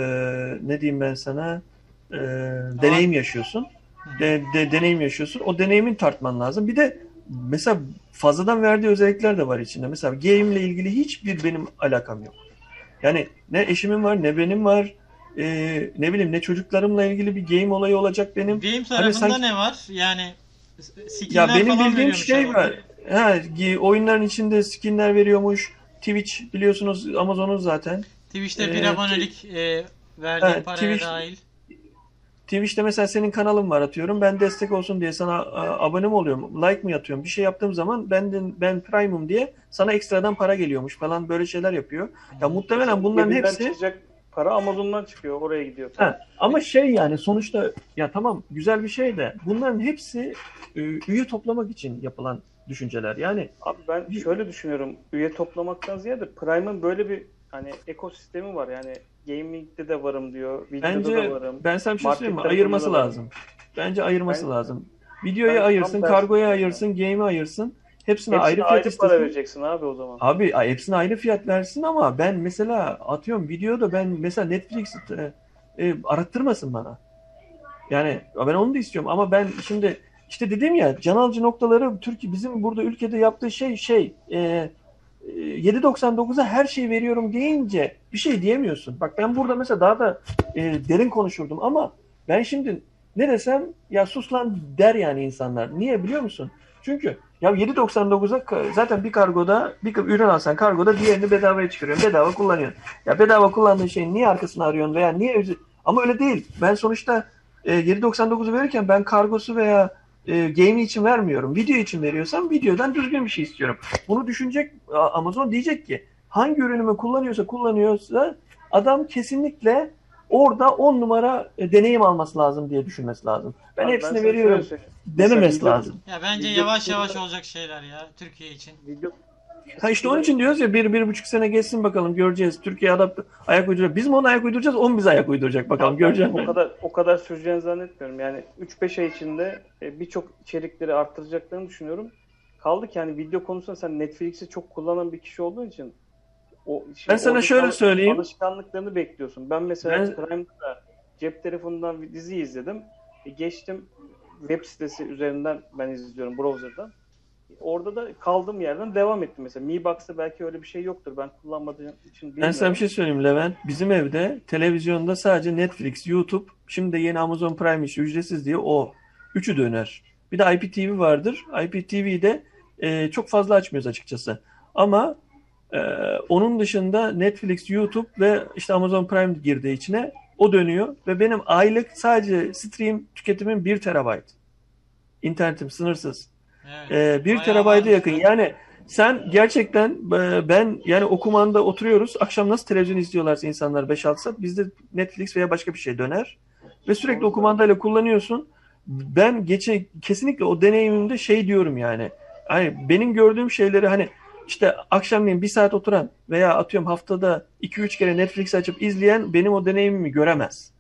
e, ne diyeyim ben sana e, deneyim yaşıyorsun. Hı hı. De, de- deneyim yaşıyorsun. O deneyimin tartman lazım. Bir de mesela fazladan verdiği özellikler de var içinde. Mesela game ile ilgili hiçbir benim alakam yok. Yani ne eşimin var ne benim var. E, ne bileyim ne çocuklarımla ilgili bir game olayı olacak benim. Game Hani tarafında sanki ne var? Yani ya skinler benim falan bildiğim veriyormuş şey herhalde. var. Ha, gi- oyunların içinde skinler veriyormuş. Twitch biliyorsunuz Amazon'un zaten. Twitch'te bir Ee, Tw- abonelik e, verdiğin ha, paraya Twitch dahil. Twitch'te mesela senin kanalın var atıyorum. Ben destek olsun diye sana a, abone mi oluyorum? Like mi atıyorum? Bir şey yaptığım zaman ben de, ben Prime'um diye sana ekstradan para geliyormuş falan böyle şeyler yapıyor. Ya Hı. muhtemelen bunların Cebinden hepsi çıkacak para Amazon'dan çıkıyor, oraya gidiyor tabii. ha, ama şey yani sonuçta ya tamam güzel bir şey de bunların hepsi e, üye toplamak için yapılan düşünceler. Yani Abi ben şöyle düşünüyorum. Üye toplamaktan ziyade Prime'ın böyle bir hani ekosistemi var. Yani gaming'de de varım diyor. Videoda da bence varım. ben sana bir şey Market söyleyeyim mi? tarafında Ayırması da varım. lazım. Bence ayırması Ben, lazım. Videoyu ben tam ayırsın, tersi kargoyu düşünüyorum. ayırsın, game'i ayırsın. Hepsine Hepsine ayrı fiyat ayrı para istesin. vereceksin abi o zaman. Abi ay- hepsine ayrı fiyat versin ama ben mesela atıyorum videoda ben mesela Netflix e, e, arattırmasın bana. Yani ben onu da istiyorum ama ben şimdi işte dedim ya can alıcı noktaları Türkiye bizim burada ülkede yaptığı şey şey e, e, yedi doksan dokuza her şeyi veriyorum deyince bir şey diyemiyorsun. Bak ben burada mesela daha da e, derin konuşurdum ama ben şimdi ne desem ya sus lan der yani insanlar. Niye biliyor musun? Çünkü ya yedi doksan dokuza ka- zaten bir kargoda bir ürün alsan kargoda diğerini bedavaya çıkarıyorsun. Bedava kullanıyorsun. Ya bedava kullandığın şeyin niye arkasını arıyorsun veya niye özel- ama öyle değil. Ben sonuçta e, yedi doksan dokuzu verirken ben kargosu veya e, game'i için vermiyorum. Video için veriyorsam videodan düzgün bir şey istiyorum. Bunu düşünecek Amazon diyecek ki hangi ürünümü kullanıyorsa kullanıyorsa adam kesinlikle orada on numara e, deneyim alması lazım diye düşünmesi lazım. Ben Abi ben hepsini sana şöyle veriyorum söyleyeyim. Mesela dememesi video, lazım. Ya bence video yavaş kısmında, yavaş olacak şeyler ya Türkiye için. video Ha işte onun kısmında için diyoruz ya bir, bir buçuk sene geçsin bakalım göreceğiz. Türkiye adapte ayak uyduracak. Biz mi ona ayak uyduracağız? O mu bize ayak uyduracak bakalım abi ben göreceğim o ben. kadar o kadar süreceğini zannetmiyorum. Yani üç beş ay içinde e, birçok içerikleri arttıracaklarını düşünüyorum. Kaldı ki hani video konusunda sen Netflix'i çok kullanan bir kişi olduğun için o Ben şimdi sana oradaki şöyle al- söyleyeyim. alışkanlıklarını bekliyorsun. Ben mesela Ben Prime'da da cep telefonundan bir dizi izledim. E, geçtim web sitesi üzerinden ben izliyorum browser'dan. Orada da kaldığım yerden devam ettim mesela. Mi Box'ta belki öyle bir şey yoktur. Ben kullanmadığım için Ben sana bir bilmiyorum. şey söyleyeyim Levent. Bizim evde televizyonda sadece Netflix, YouTube, şimdi de yeni Amazon Prime işi ücretsiz diye o. Üçü döner. Bir de I P T V vardır. I P T V'de e, çok fazla açmıyoruz açıkçası. Ama e, onun dışında Netflix, YouTube ve işte Amazon Prime girdi içine. O dönüyor ve benim aylık sadece stream tüketimim bir terabayt. İnternetim sınırsız. Evet. Ee, bir Bayağı terabayta varmış yakın. be. Yani sen gerçekten e, ben yani o kumanda oturuyoruz. Akşam nasıl televizyon izliyorlarsa insanlar beş altı saat bizde Netflix veya başka bir şey döner. Ve sürekli Doğru o kumandayla kullanıyorsun. Ben geçe kesinlikle o deneyimimde şey diyorum yani. Hani benim gördüğüm şeyleri hani işte akşamleyin bir saat oturan veya atıyorum haftada iki üç kere Netflix açıp izleyen benim o deneyimimi göremez.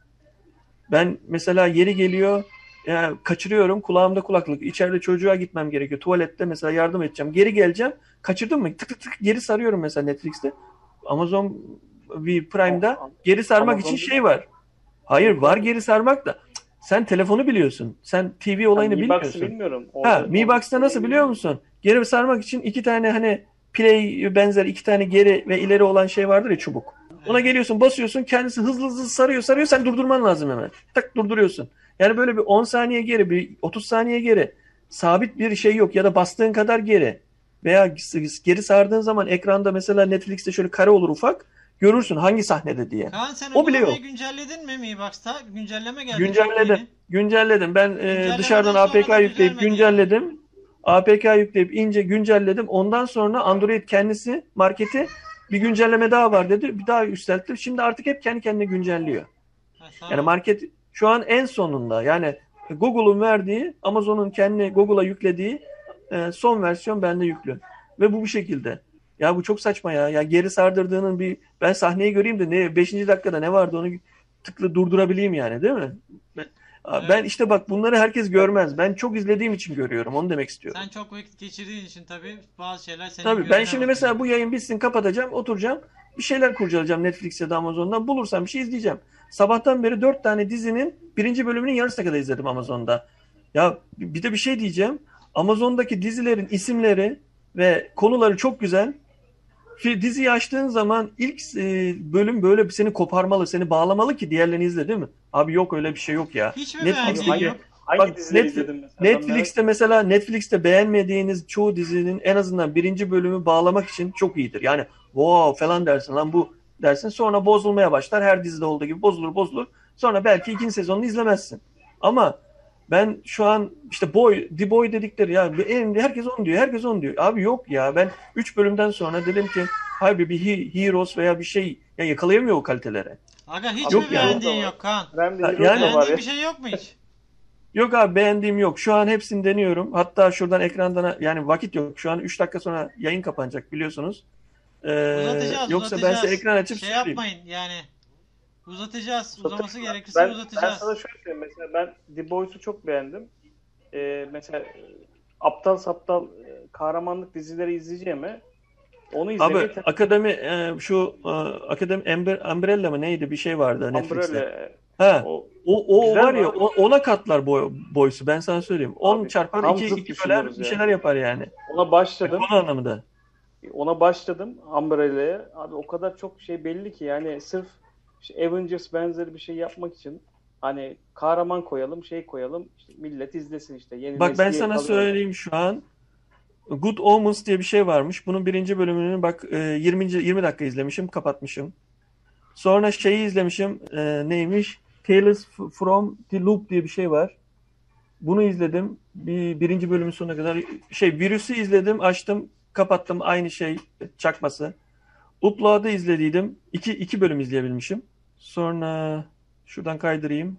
Ben mesela yeri geliyor yani kaçırıyorum kulağımda kulaklık içeride çocuğa gitmem gerekiyor tuvalette mesela yardım edeceğim geri geleceğim kaçırdım mı tık tık tık geri sarıyorum mesela Netflix'te Amazon Prime'da geri sarmak için Amazon'da şey var hayır var uygulama geri sarmak da sen telefonu biliyorsun. Sen T V olayını Ben Mi Box'ı bilmiyorsun. bilmiyorum. Ha, Orada, Mi orada Box'ta nasıl biliyor musun? Geri sarmak için iki tane hani play benzer iki tane geri ve ileri olan şey vardır ya, çubuk. Ona Evet. geliyorsun, basıyorsun, kendisi hızlı hızlı sarıyor sarıyor, sen durdurman lazım hemen. Tak, durduruyorsun. Yani böyle bir on saniye geri, bir otuz saniye geri, sabit bir şey yok ya da bastığın kadar geri. Veya geri sardığın zaman ekranda mesela Netflix'te şöyle kare olur ufak, görürsün hangi sahnede diye. Kaan sen O bile yok. uygulamayı güncelledin mi Mi Box'ta? Güncelleme geldi çok Güncelledim. yeni. Güncelledim. Ben e, Güncellemeden dışarıdan sonra A P K da yükleyip düzelmedi güncelledim. A P K yükleyip ince güncelledim. Ondan sonra Android kendisi marketi bir güncelleme daha var dedi. Bir daha yükseltti. Şimdi artık hep kendi kendine güncelliyor. Ha, Yani tamam. market şu an en sonunda. Yani Google'un verdiği, Amazon'un kendi Google'a yüklediği e, son versiyon bende yüklü. Ve bu bu şekilde. Ya bu çok saçma ya. Ya geri sardırdığının bir, ben sahneyi göreyim de ne beşinci dakikada ne vardı onu tıkla durdurabileyim yani, değil mi? Ben, Evet. ben işte bak, bunları herkes görmez. Ben çok izlediğim için görüyorum. Onu demek istiyorum. Sen çok vakit geçirdiğin için tabii bazı şeyler senin Tabii ben gözüne şimdi batıyor. mesela bu yayın bitsin, kapatacağım, oturacağım. Bir şeyler kurcalayacağım Netflix ya da Amazon'dan. Bulursam bir şey izleyeceğim. Sabahtan beri dört tane dizinin birinci bölümünün yarısına kadar izledim Amazon'da. Ya bir de bir şey diyeceğim. Amazon'daki dizilerin isimleri ve konuları çok güzel. Diziyi açtığın zaman ilk e, bölüm böyle seni koparmalı, seni bağlamalı ki diğerlerini izle, değil mi? Abi yok, öyle bir şey yok ya. Hiç mi Abi beğendiğin hangi, yok? hangi Bak, dizileri Netflix- izledin mesela? Ben merak- Netflix'te mesela Netflix'te beğenmediğiniz çoğu dizinin en azından birinci bölümü bağlamak için çok iyidir. Yani wow falan dersin, lan bu dersin, sonra bozulmaya başlar. Her dizide olduğu gibi bozulur bozulur. Sonra belki ikinci sezonunu izlemezsin. Ama ben şu an işte Boy, The Boy dedikleri ya, en- herkes onu diyor, herkes onu diyor. Abi yok ya, ben üç bölümden sonra dedim ki hayır, bir He- Heroes veya bir şey ya yakalayamıyor o kalitelere. Aga hiç Yok mi ya. beğendiğin yok Kaan? Prime Ha, Video yani- da var Beğendiğin ya. bir şey yok mu hiç? Yok abi, beğendiğim yok. Şu an hepsini deniyorum. Hatta şuradan ekrandan, yani vakit yok. Şu an üç dakika sonra yayın kapanacak biliyorsunuz. Ee, Uzatacağız, yoksa ben uzatacağız. size ekran açıp Şey söyleyeyim. yapmayın yani. Uzatacağız. Uzatırım Uzaması ben. gerekirse ben, uzatacağız. Ben sana şöyle söyleyeyim. Mesela ben The Boys'u çok beğendim. Ee, mesela e, aptal saptal e, kahramanlık dizileri izleyeceğime onu Abi izlemeyi tercih akademi e, şu e, akademi Ember, Umbrella mı neydi, bir şey vardı Netflix'te. Umbrella, Ha. o O, o Güzel var mi ya, abi? o, ona katlar boy, boysu, ben sana söyleyeyim. on Abi, çarpar tam iki, zıt iki böler düşünüyoruz bir ya. şeyler yapar yani. ona başladım. Konu anlamında. Ona başladım Umbrella'ya. Abi o kadar çok şey belli ki yani sırf işte Avengers benzeri bir şey yapmak için hani kahraman koyalım, şey koyalım, işte millet izlesin işte. Yeni Bak ben nesli sana yakalayalım. söyleyeyim şu an. Good Omens diye bir şey varmış. Bunun birinci bölümünü bak e, yirmi yirmi dakika izlemişim, kapatmışım. Sonra şeyi izlemişim. e, neymiş? Tales from the Loop diye bir şey var. Bunu izledim. Bir, birinci bölümün sonuna kadar. Şey, Virüs'ü izledim, açtım, kapattım. Aynı şey, çakması. Upload'ı izlediydim. İki, iki bölüm izleyebilmişim. Sonra şuradan kaydırayım.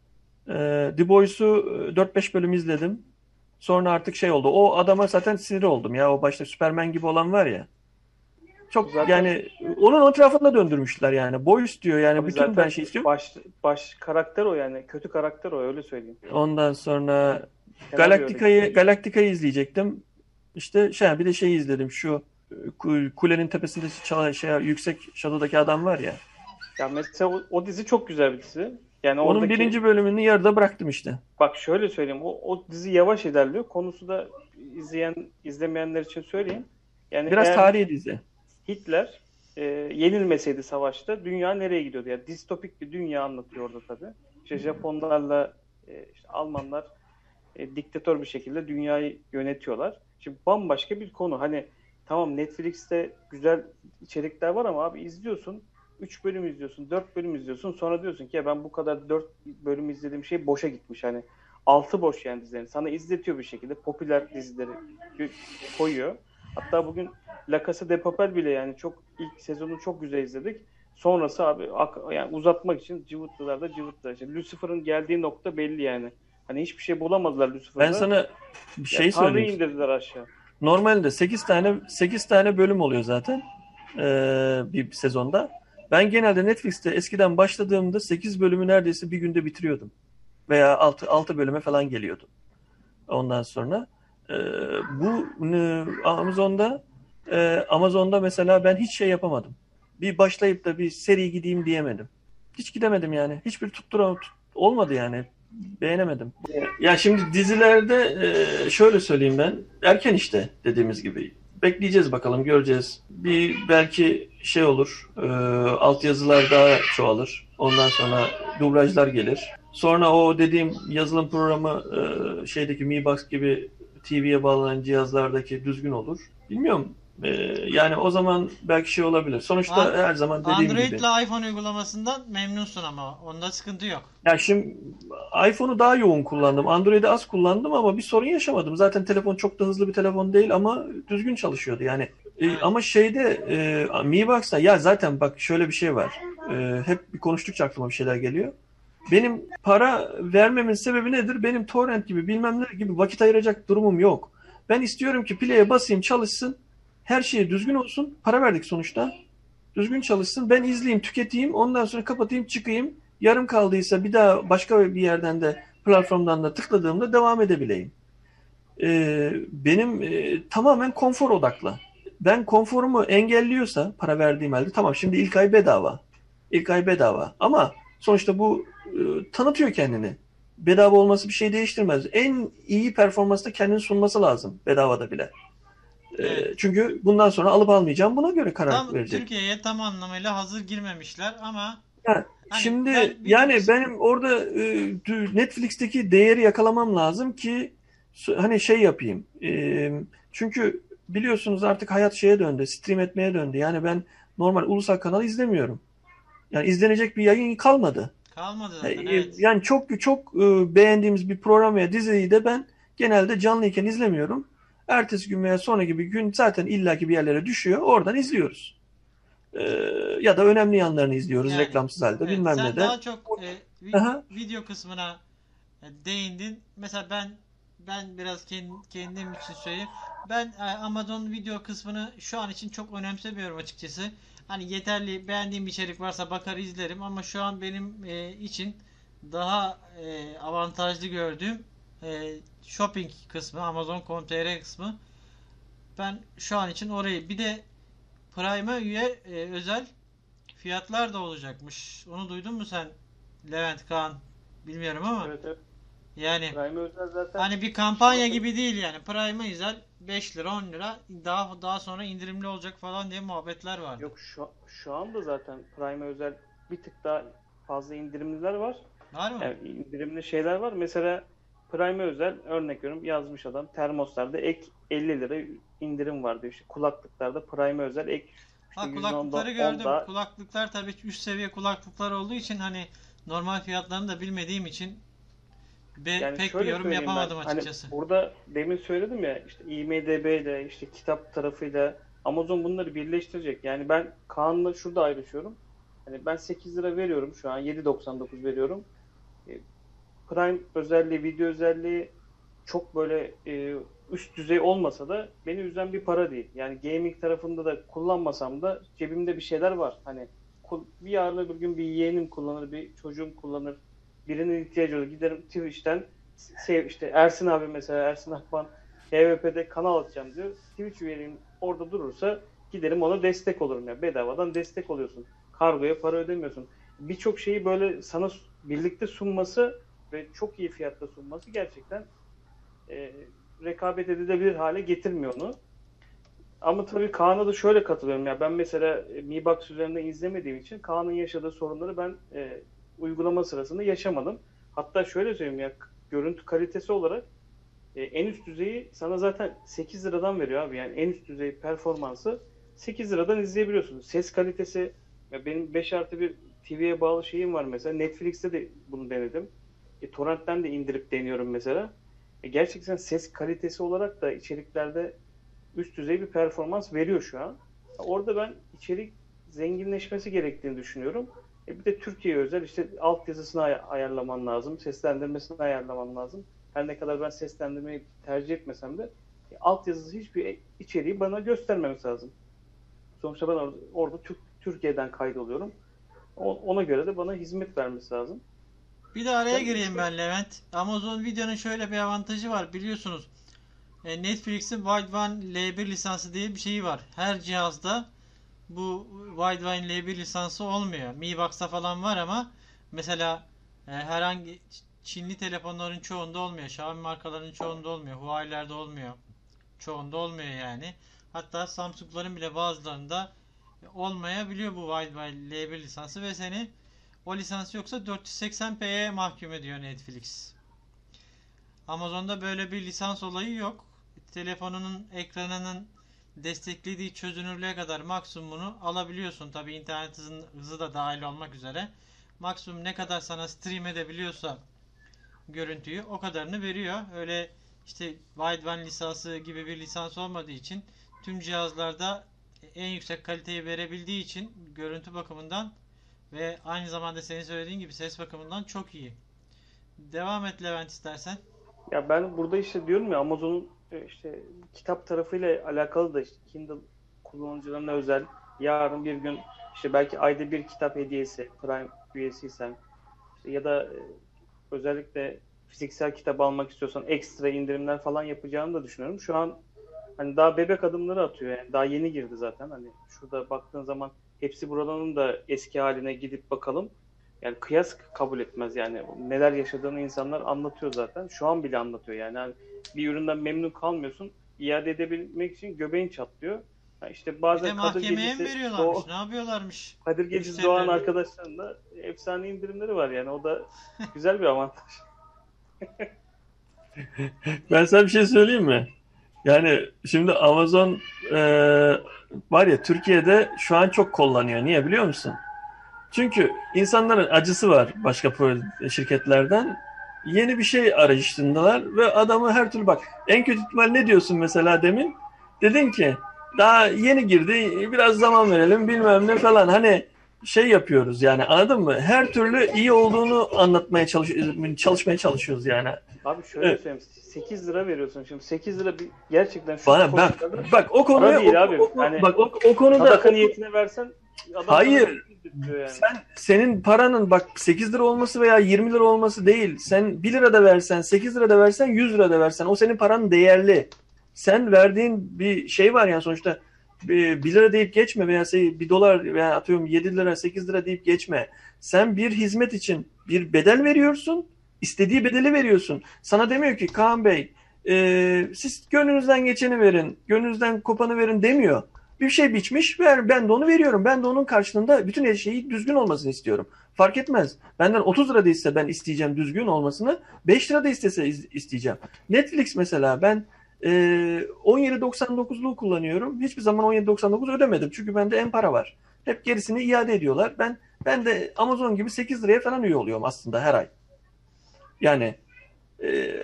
E, The Boys'u dört beş bölüm izledim. Sonra artık şey oldu. O adama zaten sinir oldum ya. O başta Superman gibi olan var ya. Çok Zaten- yani onun etrafında döndürmüşler yani. Boys diyor yani, Abi bütün zaten ben şey istiyorum. Baş, baş karakter o yani. Kötü karakter o, öyle söyleyeyim. Ondan sonra Senaryo Galaktika'yı öyle. Galaktika'yı izleyecektim. İşte şey, bir de şeyi izledim. Şu e, ku- kulenin tepesinde çalan şey, yüksek şatodaki adam var ya. Ya mesela o, o dizi çok güzel bir dizi. Yani Onun oradaki, birinci bölümünü yarıda bıraktım işte. bak şöyle söyleyeyim. O, o dizi yavaş ilerliyor. Konusu da izleyen izlemeyenler için söyleyeyim. Yani Biraz eğer tarihi dizi. Hitler e, yenilmeseydi savaşta dünya nereye gidiyordu? Yani distopik bir dünya anlatıyor orada tabii. İşte Japonlarla e, işte Almanlar e, diktatör bir şekilde dünyayı yönetiyorlar. Şimdi bambaşka bir konu. Hani tamam, Netflix'te güzel içerikler var ama abi izliyorsun. üç bölüm izliyorsun, dört bölüm izliyorsun. Sonra diyorsun ki ya ben bu kadar dört bölüm izlediğim şey boşa gitmiş. Hani altı boş yani dizilerin. Sana izletiyor bir şekilde. Popüler dizileri koyuyor. Hatta bugün La Casa de Papel bile yani çok ilk sezonu çok güzel izledik. Sonrası abi ak- yani uzatmak için cıvıttılar da cıvıttılar. İşte Lucifer'ın geldiği nokta belli yani. Hani hiçbir şey bulamadılar Lucifer'da. Ben sana bir şey ya, Tanrı'yı söyleyeyim. indirdiler aşağı. Normalde sekiz tane sekiz tane bölüm oluyor zaten ee, bir sezonda. Ben genelde Netflix'te eskiden başladığımda sekiz bölümü neredeyse bir günde bitiriyordum. Veya altı altı bölüme falan geliyordum. Ondan sonra e, bu e, Amazon'da e, Amazon'da mesela ben hiç şey yapamadım. Bir başlayıp da bir seri gideyim diyemedim. Hiç gidemedim yani. Hiçbir tuttura tut- olmadı yani. Beğenemedim. Ya şimdi dizilerde e, şöyle söyleyeyim ben. Erken işte dediğimiz gibi. Bekleyeceğiz bakalım, göreceğiz. Bir belki şey olur. E, altyazılar daha çoğalır. Ondan sonra dublajlar gelir. Sonra o dediğim yazılım programı e, şeydeki Mi Box gibi T V'ye bağlanan cihazlardaki düzgün olur. Bilmiyorum. E, yani o zaman belki şey olabilir. Sonuçta An- her zaman dediğim Android gibi. ile iPhone uygulamasından memnunsun ama onda sıkıntı yok. Ya şimdi iPhone'u daha yoğun kullandım. Android'i az kullandım ama bir sorun yaşamadım. Zaten telefon çok da hızlı bir telefon değil ama düzgün çalışıyordu yani. E, Evet. ama şeyde e, Mi Box'ta ya zaten bak şöyle bir şey var. E, hep bir konuştukça aklıma bir şeyler geliyor. Benim para vermemin sebebi nedir? Benim torrent gibi bilmem ne gibi vakit ayıracak durumum yok. Ben istiyorum ki play'e basayım, çalışsın. Her şey düzgün olsun. Para verdik sonuçta. Düzgün çalışsın. Ben izleyeyim, tüketeyim. Ondan sonra kapatayım, çıkayım. Yarım kaldıysa bir daha başka bir yerden de platformdan da tıkladığımda devam edebileyim. Ee, benim e, tamamen konfor odaklı. Ben konforumu engelliyorsa para verdiğim halde tamam şimdi ilk ay bedava. İlk ay bedava. Ama sonuçta bu e, tanıtıyor kendini. Bedava olması bir şey değiştirmez. En iyi performansta kendini sunması lazım bedavada bile. Ee, Evet. çünkü bundan sonra alıp almayacağım buna göre karar Tam verecek. Türkiye'ye tam anlamıyla hazır girmemişler ama Ha, hani şimdi ben bir yani kısım- benim orada e, dü- Netflix'teki değeri yakalamam lazım ki s- hani şey yapayım. E, çünkü biliyorsunuz artık hayat şeye döndü, stream etmeye döndü. Yani ben normal ulusal kanal izlemiyorum. Yani izlenecek bir yayın kalmadı. kalmadı E, zaten, evet. Yani çok çok e, beğendiğimiz bir program veya diziyi de ben genelde canlıyken izlemiyorum. Ertesi gün veya sonraki bir gün zaten illaki bir yerlere düşüyor. Oradan izliyoruz. E, ya da önemli yanlarını izliyoruz Yani reklamsız halde evet, bilmem sen ne de. daha çok e, vi- Aha. video kısmına e, değindin. Mesela ben ben biraz kendim, kendim için söyleyeyim. Ben e, Amazon video kısmını şu an için çok önemsemiyorum açıkçası. Hani yeterli beğendiğim bir içerik varsa bakar izlerim ama şu an benim e, için daha e, avantajlı gördüğüm e, shopping kısmı, amazon nokta com nokta tr kısmı. Ben şu an için orayı bir de Prime'a üye e, özel fiyatlar da olacakmış. Onu duydun mu sen Levent Kaan? Bilmiyorum ama Evet, evet. yani Prime özel zaten hani bir kampanya gibi değil yani. Prime'a özel beş lira on lira daha daha sonra indirimli olacak falan diye muhabbetler vardı. yok şu, şu anda zaten Prime özel bir tık daha fazla indirimliler var. Var mı? Yani indirimli şeyler var. Mesela Prime özel örnek veriyorum yazmış adam termoslarda ek elli lira indirim var diyor. İşte kulaklıklarda Prime özel ek işte Ha, yüzde onda kulaklıkları gördüm. onda Kulaklıklar tabii üst seviye kulaklıklar olduğu için hani normal fiyatlarını da bilmediğim için be, yani pek bir şöyle yorum söyleyeyim ben, yapamadım hani açıkçası. burada demin söyledim ya işte IMDb ile işte kitap tarafıyla Amazon bunları birleştirecek. Yani ben Kaan'la şurada ayrışıyorum. Hani ben sekiz lira veriyorum şu an yedi doksan dokuz veriyorum. E, Prime özelliği, video özelliği çok böyle e, üst düzey olmasa da beni üzen bir para değil. Yani gaming tarafında da kullanmasam da cebimde bir şeyler var. Hani kul- bir yarın öbür gün bir yeğenim kullanır, bir çocuğum kullanır. Birinin ihtiyacı olur. Giderim Twitch'ten sev, işte Ersin abi mesela Ersin Akman H V P'de kanal açacağım diyor. Twitch üyeliğim orada durursa giderim ona destek olurum ya. Bedavadan destek oluyorsun. Kargoya para ödemiyorsun. Birçok şeyi böyle sana birlikte sunması ve çok iyi fiyatta sunması gerçekten e, rekabet edilebilir hale getirmiyor onu. Ama tabii Kaan'a da şöyle katılıyorum ya ben mesela e, Mi Box üzerinden izlemediğim için Kaan'ın yaşadığı sorunları ben e, uygulama sırasında yaşamadım. Hatta şöyle söyleyeyim ya görüntü kalitesi olarak e, en üst düzeyi sana zaten sekiz liradan veriyor abi. Yani en üst düzey performansı sekiz liradan izleyebiliyorsun. Ses kalitesi ya benim beş artı bir T V'ye bağlı şeyim var mesela. Netflix'te de bunu denedim. E, torrentten de indirip deniyorum mesela. E, gerçekten ses kalitesi olarak da içeriklerde üst düzey bir performans veriyor şu an. Orada ben içerik zenginleşmesi gerektiğini düşünüyorum. E bir de Türkiye özel işte altyazısını ay- ayarlaman lazım, seslendirmesini ayarlaman lazım. Her ne kadar ben seslendirmeyi tercih etmesem de e, altyazısı hiçbir içeriği bana göstermemesi lazım. Sonuçta ben orada, orada Türk, Türkiye'den kaydoluyorum. O- Ona göre de bana hizmet vermesi lazım. Bir de araya Ben gireyim işte ben Levent. Amazon Video'nun şöyle bir avantajı var biliyorsunuz. E, Netflix'in Widevine L bir lisansı diye bir şeyi var. Her cihazda bu Widevine L bir lisansı olmuyor. Mi Box'ta falan var ama mesela e, herhangi Çinli telefonların çoğunda olmuyor. Xiaomi markalarının çoğunda olmuyor. Huawei'lerde olmuyor. Çoğunda olmuyor yani. Hatta Samsung'ların bile bazılarında olmayabiliyor bu Wi-Fi L bir lisansı ve seni o lisansı yoksa dört yüz seksen p'ye mahkum ediyor Netflix. Amazon'da böyle bir lisans olayı yok. Telefonunun ekranının desteklediği çözünürlüğe kadar maksimumunu alabiliyorsun. Tabi internet hızı, hızı da dahil olmak üzere. Maksimum ne kadar sana stream edebiliyorsa görüntüyü o kadarını veriyor. Öyle işte wideband lisansı gibi bir lisans olmadığı için tüm cihazlarda en yüksek kaliteyi verebildiği için görüntü bakımından ve aynı zamanda senin söylediğin gibi ses bakımından çok iyi. Devam et Levent istersen. Ya ben burada işte diyorum ya, Amazon'un e, işte kitap tarafıyla alakalı da işte Kindle kullanıcılarına özel yarın bir gün işte belki ayda bir kitap hediyesi, Prime üyesiysen işte ya da e, özellikle fiziksel kitap almak istiyorsan ekstra indirimler falan yapacağını da düşünüyorum. Şu an hani daha bebek adımları atıyor yani, daha yeni girdi zaten. Hani şurada baktığın zaman hepsi buradanın da eski haline gidip bakalım. Yani kıyas kabul etmez yani, neler yaşadığını insanlar anlatıyor zaten. Şu an bile anlatıyor yani. Yani bir üründen memnun kalmıyorsun, iade edebilmek için göbeğin çatlıyor. Yani işte Bir bazen de Kadir mahkemeye mi Gecesi, veriyorlarmış? o Ne yapıyorlarmış? Kadir Gecesi Müşterileri. doğan arkadaşların da efsane indirimleri var yani, o da güzel bir avantaj. Ben sana bir şey söyleyeyim mi? Yani şimdi Amazon e, var ya, Türkiye'de şu an çok kullanıyor. Niye biliyor musun? Çünkü insanların acısı var başka pro- şirketlerden. Yeni bir şey arayışındalar ve adamı her türlü, bak en kötü ihtimal ne diyorsun mesela demin? Dedin ki daha yeni girdi, biraz zaman verelim bilmem ne falan, hani şey yapıyoruz yani, anladın mı? Her türlü iyi olduğunu anlatmaya çalış çalışmaya çalışıyoruz yani. Abi şöyle Evet. söyleyeyim, sekiz lira veriyorsun şimdi, sekiz lira bir, gerçekten şu Bana bak koşullarda bak o para konuya değil o, abi. o- Yani bak o, o konuda sadaka niyetine versen adam Hayır. sana diyor yani. Sen, senin paranın bak sekiz lira olması veya yirmi lira olması değil. Sen bir lira da versen, sekiz lira da versen, yüz lira da versen, o senin paranın değerli. Sen verdiğin bir şey var yani sonuçta, bir bir lira deyip geçme veya şey, bir dolar veya atıyorum yedi lira, sekiz lira deyip geçme. Sen bir hizmet için bir bedel veriyorsun, istediği bedeli veriyorsun. Sana demiyor ki Kaan Bey, e, siz gönlünüzden geçeni verin, gönlünüzden kopanı verin demiyor. Bir şey biçmiş, ver, ben de onu veriyorum. Ben de onun karşılığında bütün her şeyi düzgün olmasını istiyorum. Fark etmez. Benden otuz lira da iste ben isteyeceğim düzgün olmasını. beş lira da istese isteyeceğim. Netflix mesela, ben e, on yedi doksan dokuzluğu kullanıyorum. Hiçbir zaman on yedi doksan dokuz ödemedim. Çünkü bende en para var. Hep gerisini iade ediyorlar. Ben ben de Amazon gibi sekiz liraya falan üye oluyorum aslında her ay. Yani e,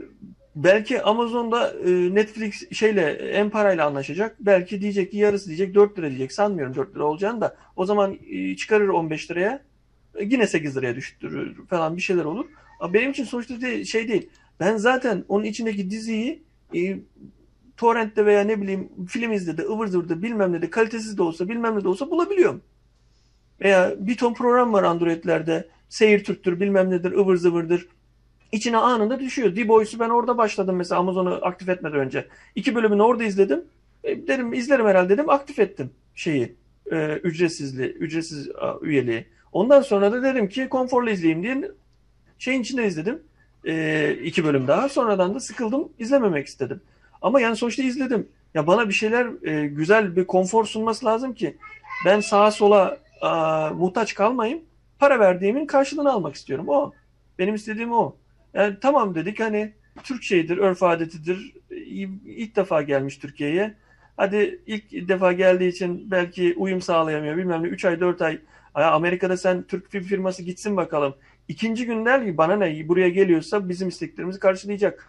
belki Amazon'da e, Netflix şeyle, en parayla anlaşacak. Belki diyecek ki yarısı diyecek dört lira diyecek. Sanmıyorum dört lira olacağını da. O zaman e, çıkarır on beş liraya. E, yine sekiz liraya düşürür falan, bir şeyler olur. Ama benim için sonuçta de, şey değil. Ben zaten onun içindeki diziyi e, torrentte veya ne bileyim film izledi, ıvır zıvırda bilmem ne de, kalitesiz de olsa bilmem ne de olsa bulabiliyorum. Veya bir ton program var Android'lerde. Seyir Türk'tür bilmem nedir, ıvır zıvırdır. İçine anında düşüyor. D-Boys'u ben orada başladım mesela, Amazon'u aktif etmeden önce. İki bölümünü orada izledim. E, dedim izlerim herhalde dedim, aktif ettim şeyi. E, ücretsizliği, ücretsiz a, üyeliği. Ondan sonra da dedim ki konforlu izleyeyim diye şeyin içinde izledim. E, iki bölüm daha. Sonradan da sıkıldım, izlememek istedim. Ama yani sonuçta izledim. Ya bana bir şeyler, e, güzel bir konfor sunması lazım ki ben sağa sola a, muhtaç kalmayayım. Para verdiğimin karşılığını almak istiyorum. O. Benim istediğim o. Yani tamam dedik, hani Türk şeyidir, örf adetidir. İlk defa gelmiş Türkiye'ye. Hadi ilk defa geldiği için belki uyum sağlayamıyor. Bilmem ne, üç ay dört ay. Amerika'da sen Türk film firması gitsin bakalım. İkinci gün der ki bana ne, buraya geliyorsa bizim isteklerimizi karşılayacak.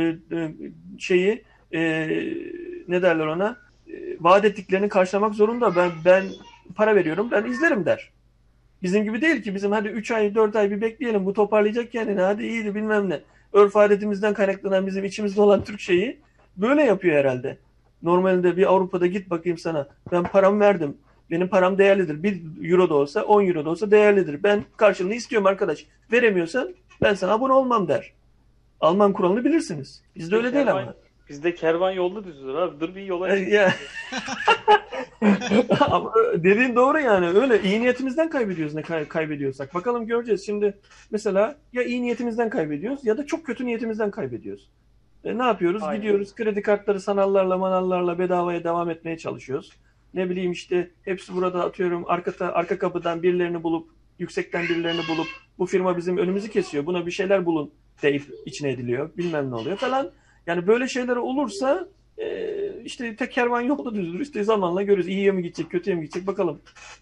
Şeyi e, ne derler ona, e, vaat ettiklerini karşılamak zorunda. Ben ben para veriyorum, ben izlerim der. Bizim gibi değil ki, bizim hadi üç ay dört ay bir bekleyelim, bu toparlayacak kendini, hadi iyiydi bilmem ne. Örf adetimizden kaynaklanan bizim içimizde olan Türk şeyi böyle yapıyor herhalde. Normalde bir Avrupa'da git bakayım sana, ben paramı verdim, benim param değerlidir, bir euro da olsa on euro da olsa değerlidir, ben karşılığını istiyorum arkadaş, veremiyorsan ben sana abone olmam der. Alman kuralını bilirsiniz. Bizde öyle değil ama. Bizde kervan yolda düzülür abi. Dur bir yola çık. Ya. Ama dediğin doğru yani. Öyle iyi niyetimizden kaybediyoruz ne kay- kaybediyorsak. Bakalım göreceğiz. Şimdi mesela ya iyi niyetimizden kaybediyoruz ya da çok kötü niyetimizden kaybediyoruz. E, ne yapıyoruz? Aynen. Gidiyoruz kredi kartları sanallarla manallarla bedavaya devam etmeye çalışıyoruz. Ne bileyim işte hepsi burada atıyorum arka, ta- arka kapıdan birilerini bulup yüksekten birilerini bulup bu firma bizim önümüzü kesiyor. Buna bir şeyler bulun deyip içine ediliyor. Bilmem ne oluyor falan. Yani böyle şeyler olursa e, işte tek kervan yolda düzdür. İşte zamanla görürüz. İyiye mi gidecek, kötüye mi gidecek bakalım.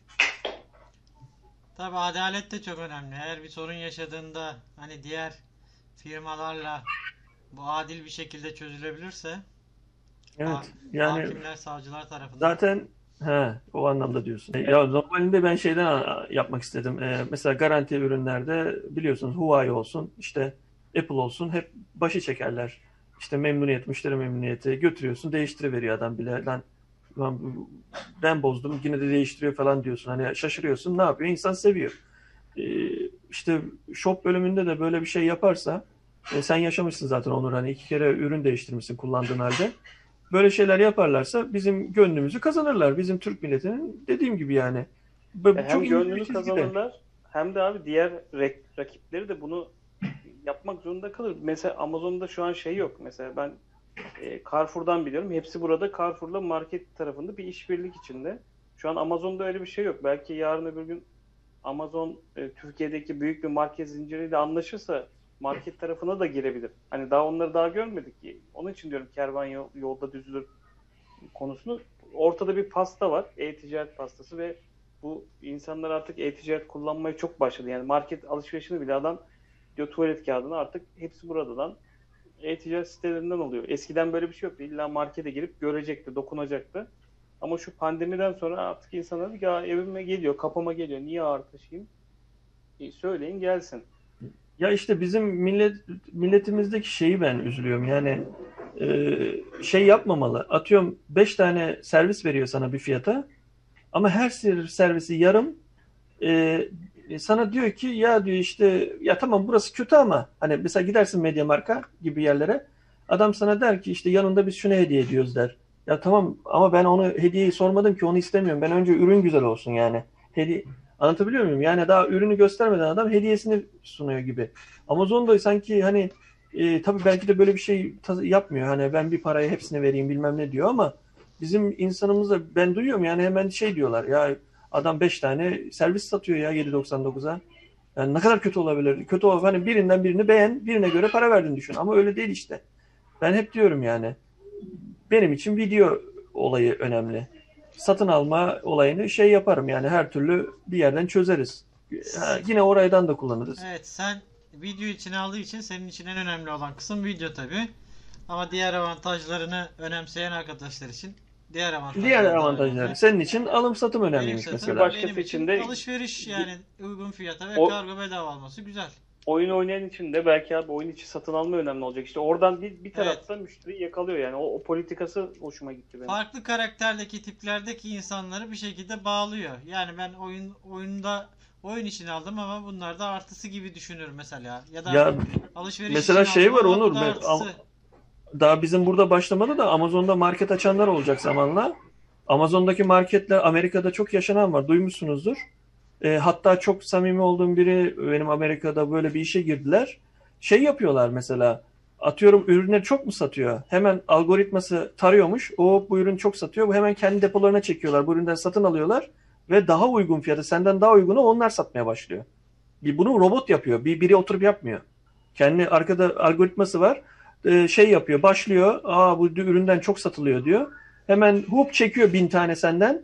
Tabii adalet de çok önemli. Eğer bir sorun yaşadığında hani diğer firmalarla bu adil bir şekilde çözülebilirse Evet. ha- Yani hakimler, savcılar tarafından. zaten he, o anlamda diyorsun. Ya normalinde ben şeyden a- yapmak istedim. Ee, mesela garanti ürünlerde biliyorsunuz Huawei olsun, işte Apple olsun hep başı çekerler. İşte memnuniyet, müşteri memnuniyeti götürüyorsun, değiştiriveriyor adam bile. Lan, lan bu- ben bozdum yine de değiştiriyor falan diyorsun. Hani şaşırıyorsun. Ne yapıyor? İnsan seviyor. Ee, işte shop bölümünde de böyle bir şey yaparsa e, sen yaşamışsın zaten Onur hani iki kere ürün değiştirmişsin kullandığın halde. Böyle şeyler yaparlarsa bizim gönlümüzü kazanırlar. Bizim Türk milletinin dediğim gibi yani. Bu E, çok hem ince bir gönlünü çizgide. kazanırlar hem de abi diğer rak- rakipleri de bunu yapmak zorunda kalır. Mesela Amazon'da şu an şey yok. Mesela ben e, Carrefour'dan biliyorum. Hepsi burada Carrefour'la market tarafında bir işbirlik içinde. Şu an Amazon'da öyle bir şey yok. Belki yarın öbür gün Amazon e, Türkiye'deki büyük bir market zinciriyle anlaşırsa market tarafına da girebilir. Hani daha onları daha görmedik ki. Onun için diyorum kervan yol- yolda düzülür konusunu. Ortada bir pasta var. E-ticaret pastası ve bu insanlar artık e-ticaret kullanmaya çok başladı. Yani market alışverişini bile adam diyor tuvalet kağıdını artık hepsi buradan e-ticaret sitelerinden oluyor. Eskiden böyle bir şey yoktu. İlla markete girip görecekti, dokunacaktı. Ama şu pandemiden sonra artık insanlar diyor ki ya evime geliyor, kapıma geliyor. Niye ağır taşıyayım? E, söyleyin gelsin. Ya işte bizim millet milletimizdeki şeyi ben üzülüyorum. Yani e, şey yapmamalı. Atıyorum beş tane servis veriyor sana bir fiyata ama her ser- servisi yarım. E, e, sana diyor ki ya diyor işte ya tamam burası kötü ama hani mesela gidersin MediaMarkt'a gibi yerlere adam sana der ki işte yanında biz şunu hediye ediyoruz der. Ya tamam ama ben onu hediyeyi sormadım ki onu istemiyorum. Ben önce ürün güzel olsun yani. Hediye anlatabiliyor muyum? Yani daha ürünü göstermeden adam hediyesini sunuyor gibi. Amazon'da sanki hani e, tabii belki de böyle bir şey ta- yapmıyor. Hani ben bir paraya hepsini vereyim bilmem ne diyor ama bizim insanımızda ben duyuyorum yani hemen şey diyorlar ya adam beş tane servis satıyor ya yedi doksan dokuza. Yani ne kadar kötü olabilir? Kötü ol hani birinden birini beğen, birine göre para verdin düşün. Ama öyle değil işte. Ben hep diyorum yani. Benim için video olayı önemli. Satın alma olayını şey yaparım yani her türlü bir yerden çözeriz. Ha, yine oradan da kullanırız. Evet, sen video içine aldığı için senin için en önemli olan kısım video tabii. Ama diğer avantajlarını önemseyen arkadaşlar için diğer avantajlar Diğer daha avantajları. önemli. Senin için alım satım Benim önemliymiş satın, mesela. Başkası benim için için de alışveriş yani uygun fiyata ve o kargo bedava alması güzel. oyun oynayan için de belki abi oyun içi satın alma önemli olacak. İşte oradan bir, bir Evet. tarafta müşteriyi yakalıyor yani. O, o politikası hoşuma gitti benim. Farklı karakterdeki tiplerdeki insanları bir şekilde bağlıyor. Yani ben oyun oyunda oyun için aldım ama bunlar da artısı gibi düşünürüm mesela. Ya da Ya alışveriş mesela için şey aldım var ama bu Onur. da Ben, artısı. daha bizim burada başlamadı da Amazon'da market açanlar olacak zamanla. Amazon'daki marketler Amerika'da çok yaşanan var. Duymuşsunuzdur. E, hatta çok samimi olduğum biri benim Amerika'da böyle bir işe girdiler. Şey yapıyorlar mesela. Atıyorum ürünleri çok mu satıyor? Hemen algoritması tarıyormuş. O bu ürün çok satıyor. Bu hemen kendi depolarına çekiyorlar. Bu üründen satın alıyorlar ve daha uygun fiyatı senden daha uygunu onlar satmaya başlıyor. Bir bunu robot yapıyor. Bir biri oturup yapmıyor. Kendi arkada algoritması var. Ee, şey yapıyor. Başlıyor. Aa bu üründen çok satılıyor diyor. Hemen hop çekiyor bin tane senden.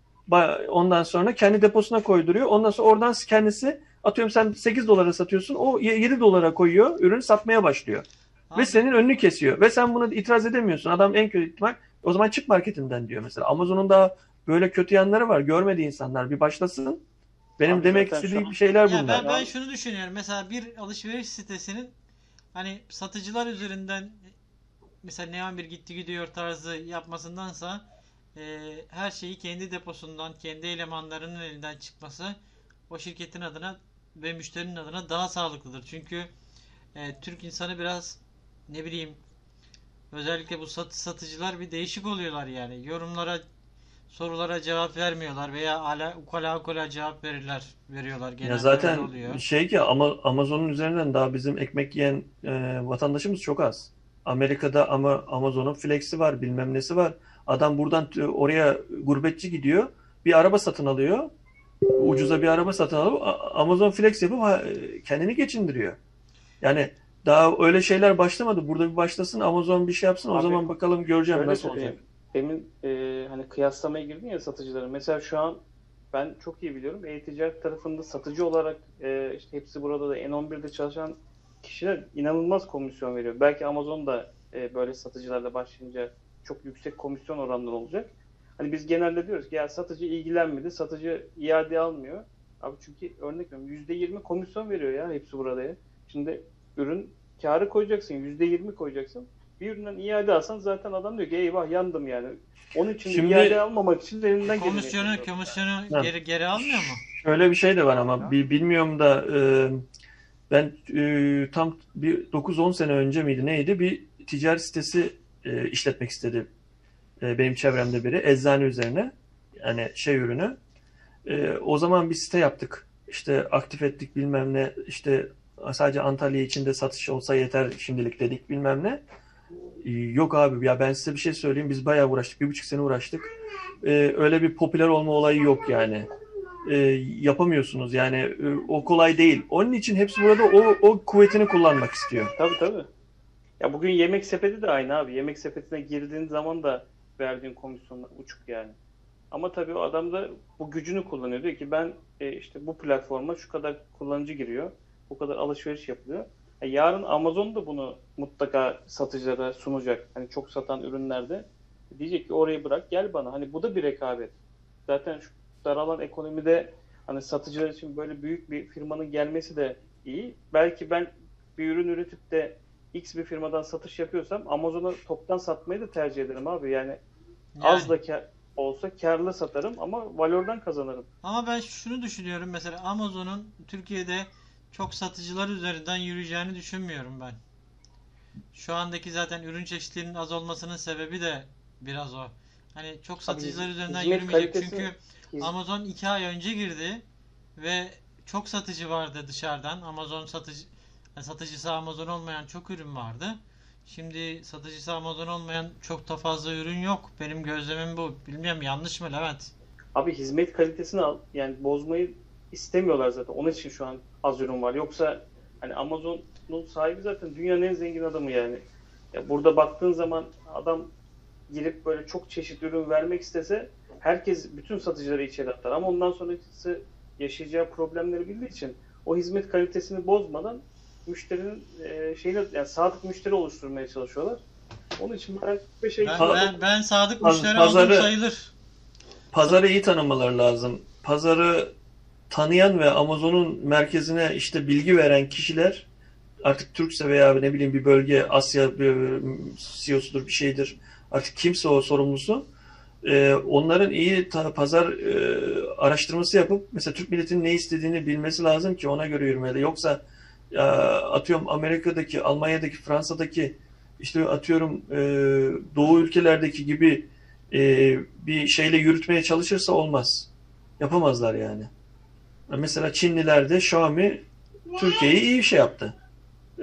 Ondan sonra kendi deposuna koyduruyor. Ondan sonra oradan kendisi atıyorum sen sekiz dolara satıyorsun. O yedi dolara koyuyor. Ürünü satmaya başlıyor. Ve Abi, senin önünü kesiyor. Ve sen buna itiraz edemiyorsun. Adam en kötü ihtimal o zaman çık marketinden diyor mesela. Amazon'un da böyle kötü yanları var. Görmedi insanlar. Bir başlasın. Benim Abi demek zaten şu istediğim an şeyler ya bunlar. ben ben şunu düşünüyorum. Mesela bir alışveriş sitesinin hani satıcılar üzerinden mesela Neon bir gitti gidiyor tarzı yapmasındansa e, her şeyi kendi deposundan, kendi elemanlarının elinden çıkması o şirketin adına ve müşterinin adına daha sağlıklıdır. Çünkü e, Türk insanı biraz ne bileyim özellikle bu satı satıcılar bir değişik oluyorlar yani. Yorumlara sorulara cevap vermiyorlar veya ala ukala ukala cevap verirler veriyorlar. Ya Genelde öyle zaten oluyor. şey ki ama Amazon'un üzerinden daha bizim ekmek yiyen e, vatandaşımız çok az. Amerika'da ama Amazon'un Flex'i var, bilmem nesi var. Adam buradan t- oraya gurbetçi gidiyor, bir araba satın alıyor, ucuza bir araba satın alıp A- Amazon Flex yapıp ha- kendini geçindiriyor. Yani daha öyle şeyler başlamadı. Burada bir başlasın, Amazon bir şey yapsın, o Abi zaman bakalım göreceğim şöyle nasıl olacak. söyleyeyim. Demin e, hani kıyaslamaya girdin ya satıcıları. Mesela şu an ben çok iyi biliyorum. E-ticaret tarafında satıcı olarak e, işte hepsi burada da N on birde çalışan kişiler inanılmaz komisyon veriyor. Belki Amazon da e, böyle satıcılarla başlayınca çok yüksek komisyon oranları olacak. Hani biz genelde diyoruz ki ya satıcı ilgilenmedi, satıcı iade almıyor. Abi çünkü örnek veriyorum yüzde yirmi komisyon veriyor ya hepsi burada ya. Şimdi ürün kârı koyacaksın, yüzde yirmi koyacaksın. Bir üründen iade alsan zaten adam diyor ki eyvah yandım yani. Onun için de Şimdi iade almamak için de elinden geleni Komisyonu yapıyor. komisyonu ha, geri geri almıyor mu? şöyle bir şey de var ama bi- bilmiyorum da e, ben e, tam bir dokuz on sene önce miydi neydi bir ticaret sitesi e, işletmek istedi e, benim çevremde biri eczane üzerine yani şey ürünü. E, o zaman bir site yaptık. İşte aktif ettik bilmem ne işte sadece Antalya içinde satış olsa yeter şimdilik dedik bilmem ne. E, yok abi ya ben size bir şey söyleyeyim biz bayağı uğraştık. Bir buçuk sene uğraştık. E, öyle bir popüler olma olayı yok yani. E, yapamıyorsunuz yani e, o kolay değil. Onun için hepsi burada o, o kuvvetini kullanmak istiyor. Tabii tabii. Ya bugün yemek sepeti de aynı abi. Yemek sepetine girdiğin zaman da verdiğin komisyonlar uçuk yani. Ama tabii o adam da bu gücünü kullanıyor. Diyor ki ben e, işte bu platforma şu kadar kullanıcı giriyor. Bu kadar alışveriş yapılıyor. E, yarın Amazon da bunu mutlaka satıcılara sunacak. Hani çok satan ürünlerde. Diyecek ki orayı bırak gel bana. Hani bu da bir rekabet. Zaten şu daralan ekonomide hani satıcılar için böyle büyük bir firmanın gelmesi de iyi. Belki ben bir ürün üretip de X bir firmadan satış yapıyorsam Amazon'a toptan satmayı da tercih ederim abi. Yani az Yani da kar olsa karlı satarım ama valordan kazanırım. ama ben şunu düşünüyorum mesela Amazon'un Türkiye'de çok satıcılar üzerinden yürüyeceğini düşünmüyorum ben. Şu andaki zaten ürün çeşitliliğinin az olmasının sebebi de biraz o. Hani çok Abi satıcılar üzerinden hizmet yürümeyecek kalitesi çünkü hiz- Amazon iki ay önce girdi ve çok satıcı vardı dışarıdan. Amazon satıcı yani satıcısı Amazon olmayan çok ürün vardı. Şimdi satıcısı Amazon olmayan çok da fazla ürün yok. Benim gözlemim bu. Bilmiyorum yanlış mı Levent? abi hizmet kalitesini al. Yani bozmayı istemiyorlar zaten. Onun için şu an az ürün var. Yoksa hani Amazon'un sahibi zaten dünyanın en zengin adamı yani. Ya burada baktığın zaman adam girip böyle çok çeşit ürün vermek istese herkes bütün satıcıları içeri atar. Ama ondan sonrası yaşayacağı problemleri bildiği için o hizmet kalitesini bozmadan müşterinin e, şeyini yani sadık müşteri oluşturmaya çalışıyorlar. Onun için ben bir şey Ben Pa- ben ben sadık paz- müşteri olduğum pazarı sayılır. pazarı iyi tanımaları lazım. Pazarı tanıyan ve Amazon'un merkezine işte bilgi veren kişiler artık Türkse veya ne bileyim bir bölge Asya bir C E O'sudur bir şeydir. Artık kimse o sorumlusu. Ee, onların iyi ta- pazar e, araştırması yapıp mesela Türk milletinin ne istediğini bilmesi lazım ki ona göre yürümeli. Yoksa ya, atıyorum Amerika'daki, Almanya'daki, Fransa'daki işte atıyorum e, Doğu ülkelerdeki gibi e, bir şeyle yürütmeye çalışırsa olmaz. Yapamazlar yani. Mesela Çinliler de Xiaomi Türkiye'yi iyi şey yaptı. Ee,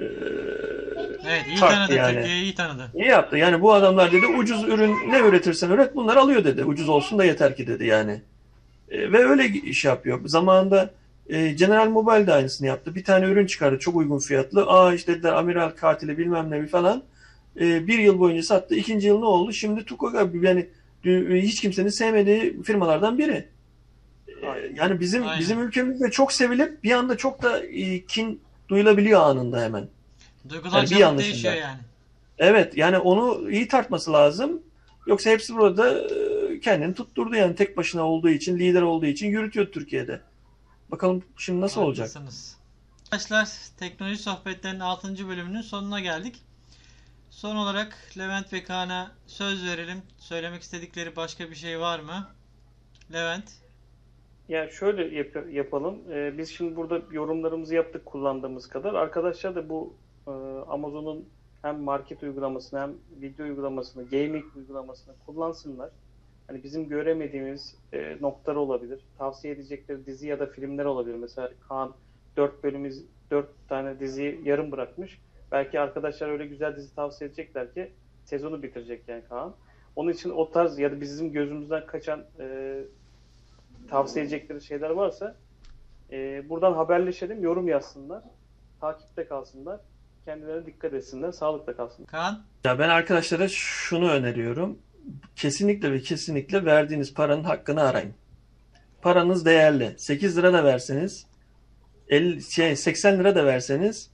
Evet iyi taktı tanıdı. yani. Türkiye'yi iyi tanıdı. İyi yaptı. Yani bu adamlar dedi ucuz ürün ne üretirsen üret bunlar alıyor dedi. Ucuz olsun da yeter ki dedi yani. E, ve öyle iş yapıyor. Zamanında e, General Mobile de aynısını yaptı. Bir tane ürün çıkardı çok uygun fiyatlı. Aa işte dediler amiral katili bilmem ne falan. E, bir yıl boyunca sattı. İkinci yıl ne oldu? Şimdi Tukoga yani e, hiç kimsenin sevmediği firmalardan biri. E, aynen. yani bizim Aynen. bizim ülkemizde çok sevilip bir anda çok da e, kin duyulabiliyor anında hemen. Duygular Yani bir çabuk yanlışında. değişiyor yani. Evet yani onu iyi tartması lazım. Yoksa hepsi burada e, kendini tutturdu yani tek başına olduğu için, lider olduğu için yürütüyor Türkiye'de. Bakalım şimdi nasıl olacak? Haklısınız. Arkadaşlar Teknoloji Sohbetlerinin altıncı bölümünün sonuna geldik. Son olarak Levent ve Kaan'a söz verelim. Söylemek istedikleri başka bir şey var mı? Levent. Yani şöyle yap- yapalım. Ee, biz şimdi burada yorumlarımızı yaptık kullandığımız kadar. Arkadaşlar da bu e, Amazon'un hem market uygulamasını hem video uygulamasını, gaming uygulamasını kullansınlar. hani bizim göremediğimiz e, noktalar olabilir. Tavsiye edecekleri dizi ya da filmler olabilir. Mesela Kaan dört bölümümüz dört tane diziyi yarım bırakmış. Belki arkadaşlar öyle güzel dizi tavsiye edecekler ki sezonu bitirecek yani Kaan. Onun için o tarz ya da bizim gözümüzden kaçan e, tavsiye edecekleri şeyler varsa e, buradan haberleşelim, yorum yazsınlar, takipte kalsınlar, kendilerine dikkat etsinler, sağlıkla kalsınlar. Kaan? Ya ben arkadaşlara şunu öneriyorum. Kesinlikle ve kesinlikle verdiğiniz paranın hakkını arayın. Paranız değerli. sekiz lira da verseniz, elli, şey, seksen lira da verseniz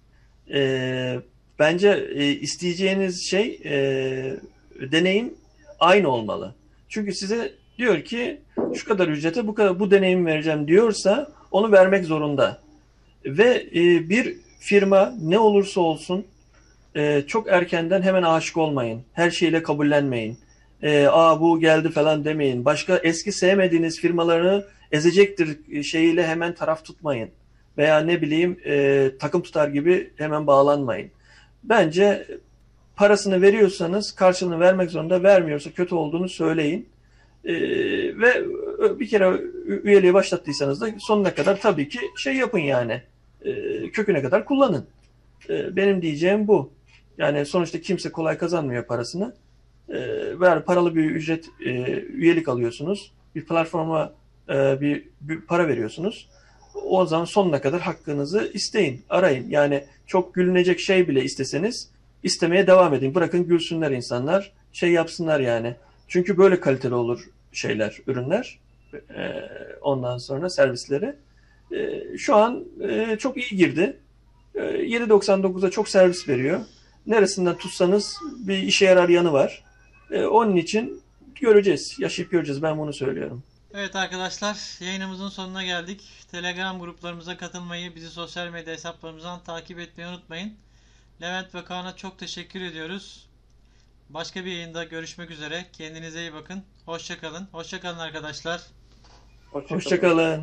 e, bence e, isteyeceğiniz şey e, deneyim aynı olmalı. Çünkü size diyor ki şu kadar ücrete bu kadar bu deneyim vereceğim diyorsa onu vermek zorunda. Ve e, bir firma ne olursa olsun e, çok erkenden hemen aşık olmayın. Her şeyle kabullenmeyin. E, Aa bu geldi falan demeyin. Başka eski sevmediğiniz firmalarını ezecektir şeyiyle hemen taraf tutmayın. Veya ne bileyim e, takım tutar gibi hemen bağlanmayın. Bence parasını veriyorsanız karşılığını vermek zorunda, vermiyorsa kötü olduğunu söyleyin. E, ve bir kere üyeliği başlattıysanız da sonuna kadar tabii ki şey yapın yani. E, köküne kadar kullanın. E, benim diyeceğim bu. Yani sonuçta kimse kolay kazanmıyor parasını. E, ver paralı bir ücret e, üyelik alıyorsunuz. Bir platforma e, bir, bir para veriyorsunuz. O zaman sonuna kadar hakkınızı isteyin, arayın. Yani çok gülünecek şey bile isteseniz istemeye devam edin. Bırakın gülsünler insanlar, şey yapsınlar yani. Çünkü böyle kaliteli olur şeyler, ürünler. E, ondan sonra servisleri. E, şu an e, çok iyi girdi. E, yedi doksan dokuza çok servis veriyor. Neresinden tutsanız bir işe yarar yanı var. E, onun için göreceğiz, yaşayıp göreceğiz. Ben bunu söylüyorum. Evet arkadaşlar, yayınımızın sonuna geldik. Telegram gruplarımıza katılmayı, bizi sosyal medya hesaplarımızdan takip etmeyi unutmayın. Levent ve Kaan'a çok teşekkür ediyoruz. Başka bir yayında görüşmek üzere. Kendinize iyi bakın. Hoşça kalın. Hoşça kalın arkadaşlar. Hoşça Hoşça kalın. kalın.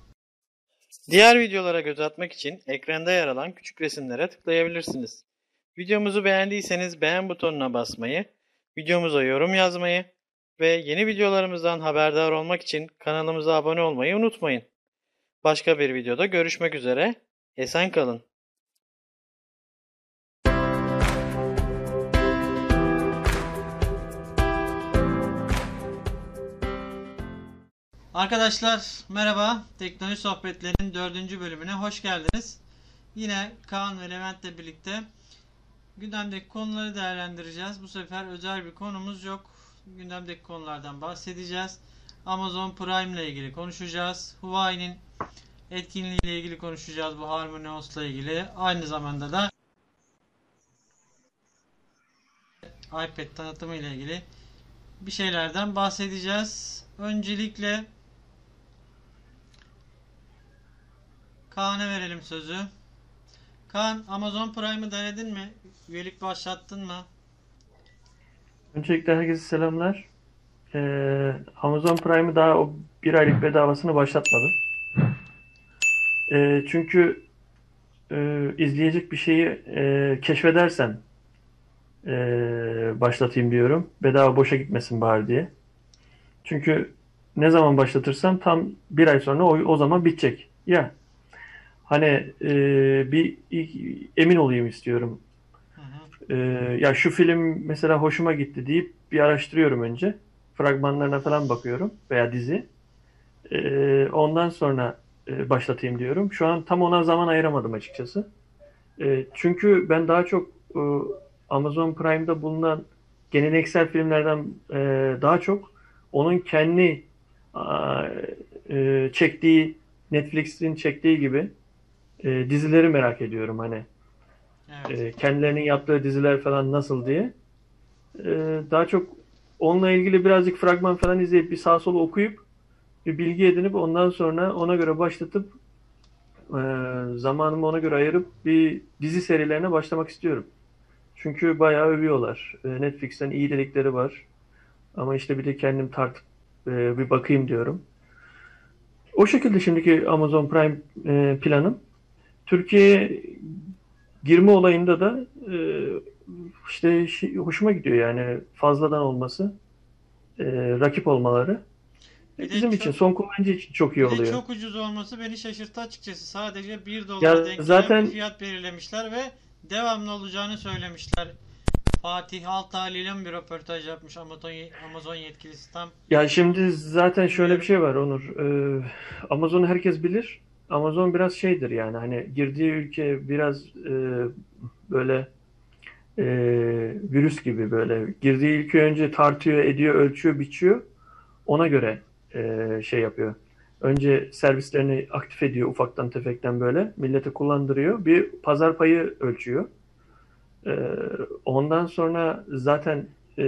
Diğer videolara göz atmak için ekranda yer alan küçük resimlere tıklayabilirsiniz. Videomuzu beğendiyseniz beğen butonuna basmayı, videomuza yorum yazmayı ve yeni videolarımızdan haberdar olmak için kanalımıza abone olmayı unutmayın. Başka bir videoda görüşmek üzere. Esen kalın. Arkadaşlar merhaba. Teknoloji Sohbetleri'nin dördüncü bölümüne hoş geldiniz. Yine Kaan ve Levent'le birlikte gündemdeki konuları değerlendireceğiz. Bu sefer özel bir konumuz yok. Gündemdeki konulardan bahsedeceğiz. Amazon Prime ile ilgili konuşacağız. Huawei'nin etkinliği ile ilgili konuşacağız. Bu HarmonyOS ile ilgili. Aynı zamanda da iPad tanıtımı ile ilgili bir şeylerden bahsedeceğiz. Öncelikle Kaan'a verelim sözü. Kaan, Amazon Prime'ı denedin mi? Üyelik başlattın mı? Öncelikle herkese selamlar. Ee, Amazon Prime'ı daha o bir aylık bedavasını başlatmadım. Ee, çünkü e, izleyecek bir şeyi e, keşfedersem e, başlatayım diyorum. Bedava boşa gitmesin bari diye. Çünkü ne zaman başlatırsam tam bir ay sonra o, o zaman bitecek. Ya hani e, bir ilk- emin olayım istiyorum. Hı hı. Ee, ya şu film mesela hoşuma gitti deyip bir araştırıyorum önce. Fragmanlarına falan bakıyorum veya dizi. Ee, ondan sonra e, başlatayım diyorum. Şu an tam ona zaman ayıramadım açıkçası. Ee, çünkü ben daha çok e, Amazon Prime'da bulunan geleneksel filmlerden e, daha çok onun kendi a, e, çektiği Netflix'in çektiği gibi e, dizileri merak ediyorum hani. Evet. E, kendilerinin yaptığı diziler falan nasıl diye. E, daha çok onunla ilgili birazcık fragman falan izleyip bir sağa sola okuyup bir bilgi edinip ondan sonra ona göre başlatıp e, zamanımı ona göre ayırıp bir dizi serilerine başlamak istiyorum. Çünkü bayağı övüyorlar. E, Netflix'ten iyi dedikleri var. Ama işte bir de kendim tartıp e, bir bakayım diyorum. O şekilde şimdiki Amazon Prime e, planım. Türkiye'ye girme olayında da e, işte şey- hoşuma gidiyor yani fazladan olması. e, rakip olmaları Bir e, de bizim çok, için, son kullanıcı için çok iyi bir de oluyor. çok ucuz olması beni şaşırttı açıkçası. Sadece bir dolara Ya denk gelen bir zaten fiyat belirlemişler ve devamlı olacağını söylemişler. Fatih Altaylı ile bir röportaj yapmış Amazon, Amazon yetkilisi, tam ya şimdi zaten şöyle bir bilmiyorum. şey var Onur. Ee, Amazon'u herkes bilir. Amazon biraz şeydir yani hani girdiği ülke biraz e, böyle e, virüs gibi böyle girdiği ülke önce tartıyor, ediyor, ölçüyor, biçiyor. Ona göre e, şey yapıyor. Önce servislerini aktif ediyor ufaktan tefekten böyle. Millete kullandırıyor. Bir pazar payı ölçüyor. Ee, ondan sonra zaten e,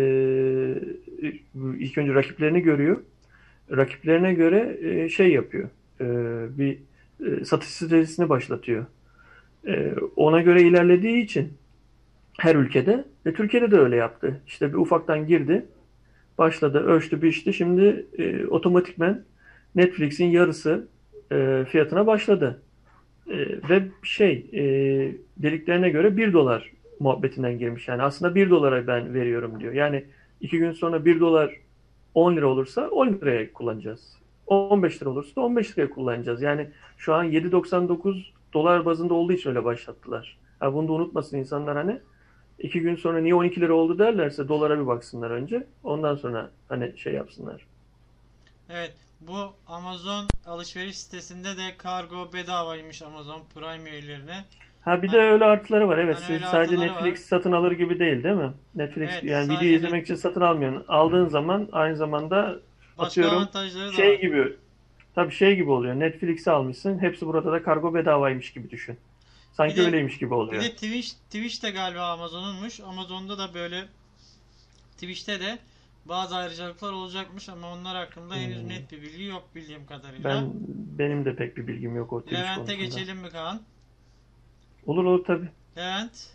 ilk önce rakiplerini görüyor. Rakiplerine göre e, şey yapıyor. E, bir e, satış stratejisini başlatıyor. E, ona göre ilerlediği için her ülkede ve Türkiye'de de öyle yaptı. İşte bir ufaktan girdi, başladı, ölçtü, biçti. Şimdi e, otomatikmen Netflix'in yarısı e, fiyatına başladı. E, ve şey e, dediklerine göre bir dolar muhabbetinden girmiş. Yani aslında bir dolara ben veriyorum diyor. Yani iki gün sonra bir dolar on lira olursa on liraya kullanacağız. on beş lira olursa on beş liraya kullanacağız. Yani şu an yedi doksan dokuz dolar bazında olduğu için öyle başlattılar. Yani bunu da unutmasın insanlar, hani iki gün sonra niye on iki lira oldu derlerse dolara bir baksınlar önce. Ondan sonra hani şey yapsınlar. Evet, bu Amazon alışveriş sitesinde de kargo bedavaymış Amazon Prime üyelerine. Ha bir de Hani, öyle artıları var. Evet, hani siz öyle sadece artıları var. Netflix satın alır gibi değil, değil mi? Netflix Evet, yani video sadece net, izlemek için satın almıyorsun. Aldığın zaman aynı zamanda başka atıyorum avantajları da şey var. gibi, tabii şey gibi oluyor. Netflix'i almışsın. Hepsi burada da kargo bedavaymış gibi düşün. Bir Sanki de öyleymiş gibi bir oluyor. de Twitch Twitch de galiba Amazon'unmuş. Amazon'da da böyle Twitch'te de bazı ayrıcalıklar olacakmış ama onlar hakkında henüz Hmm. net bir bilgi yok bildiğim kadarıyla. Ben benim de pek bir bilgim yok o Twitch Levent'e konusunda. geçelim mi Kaan? Olur olur tabii. Levent,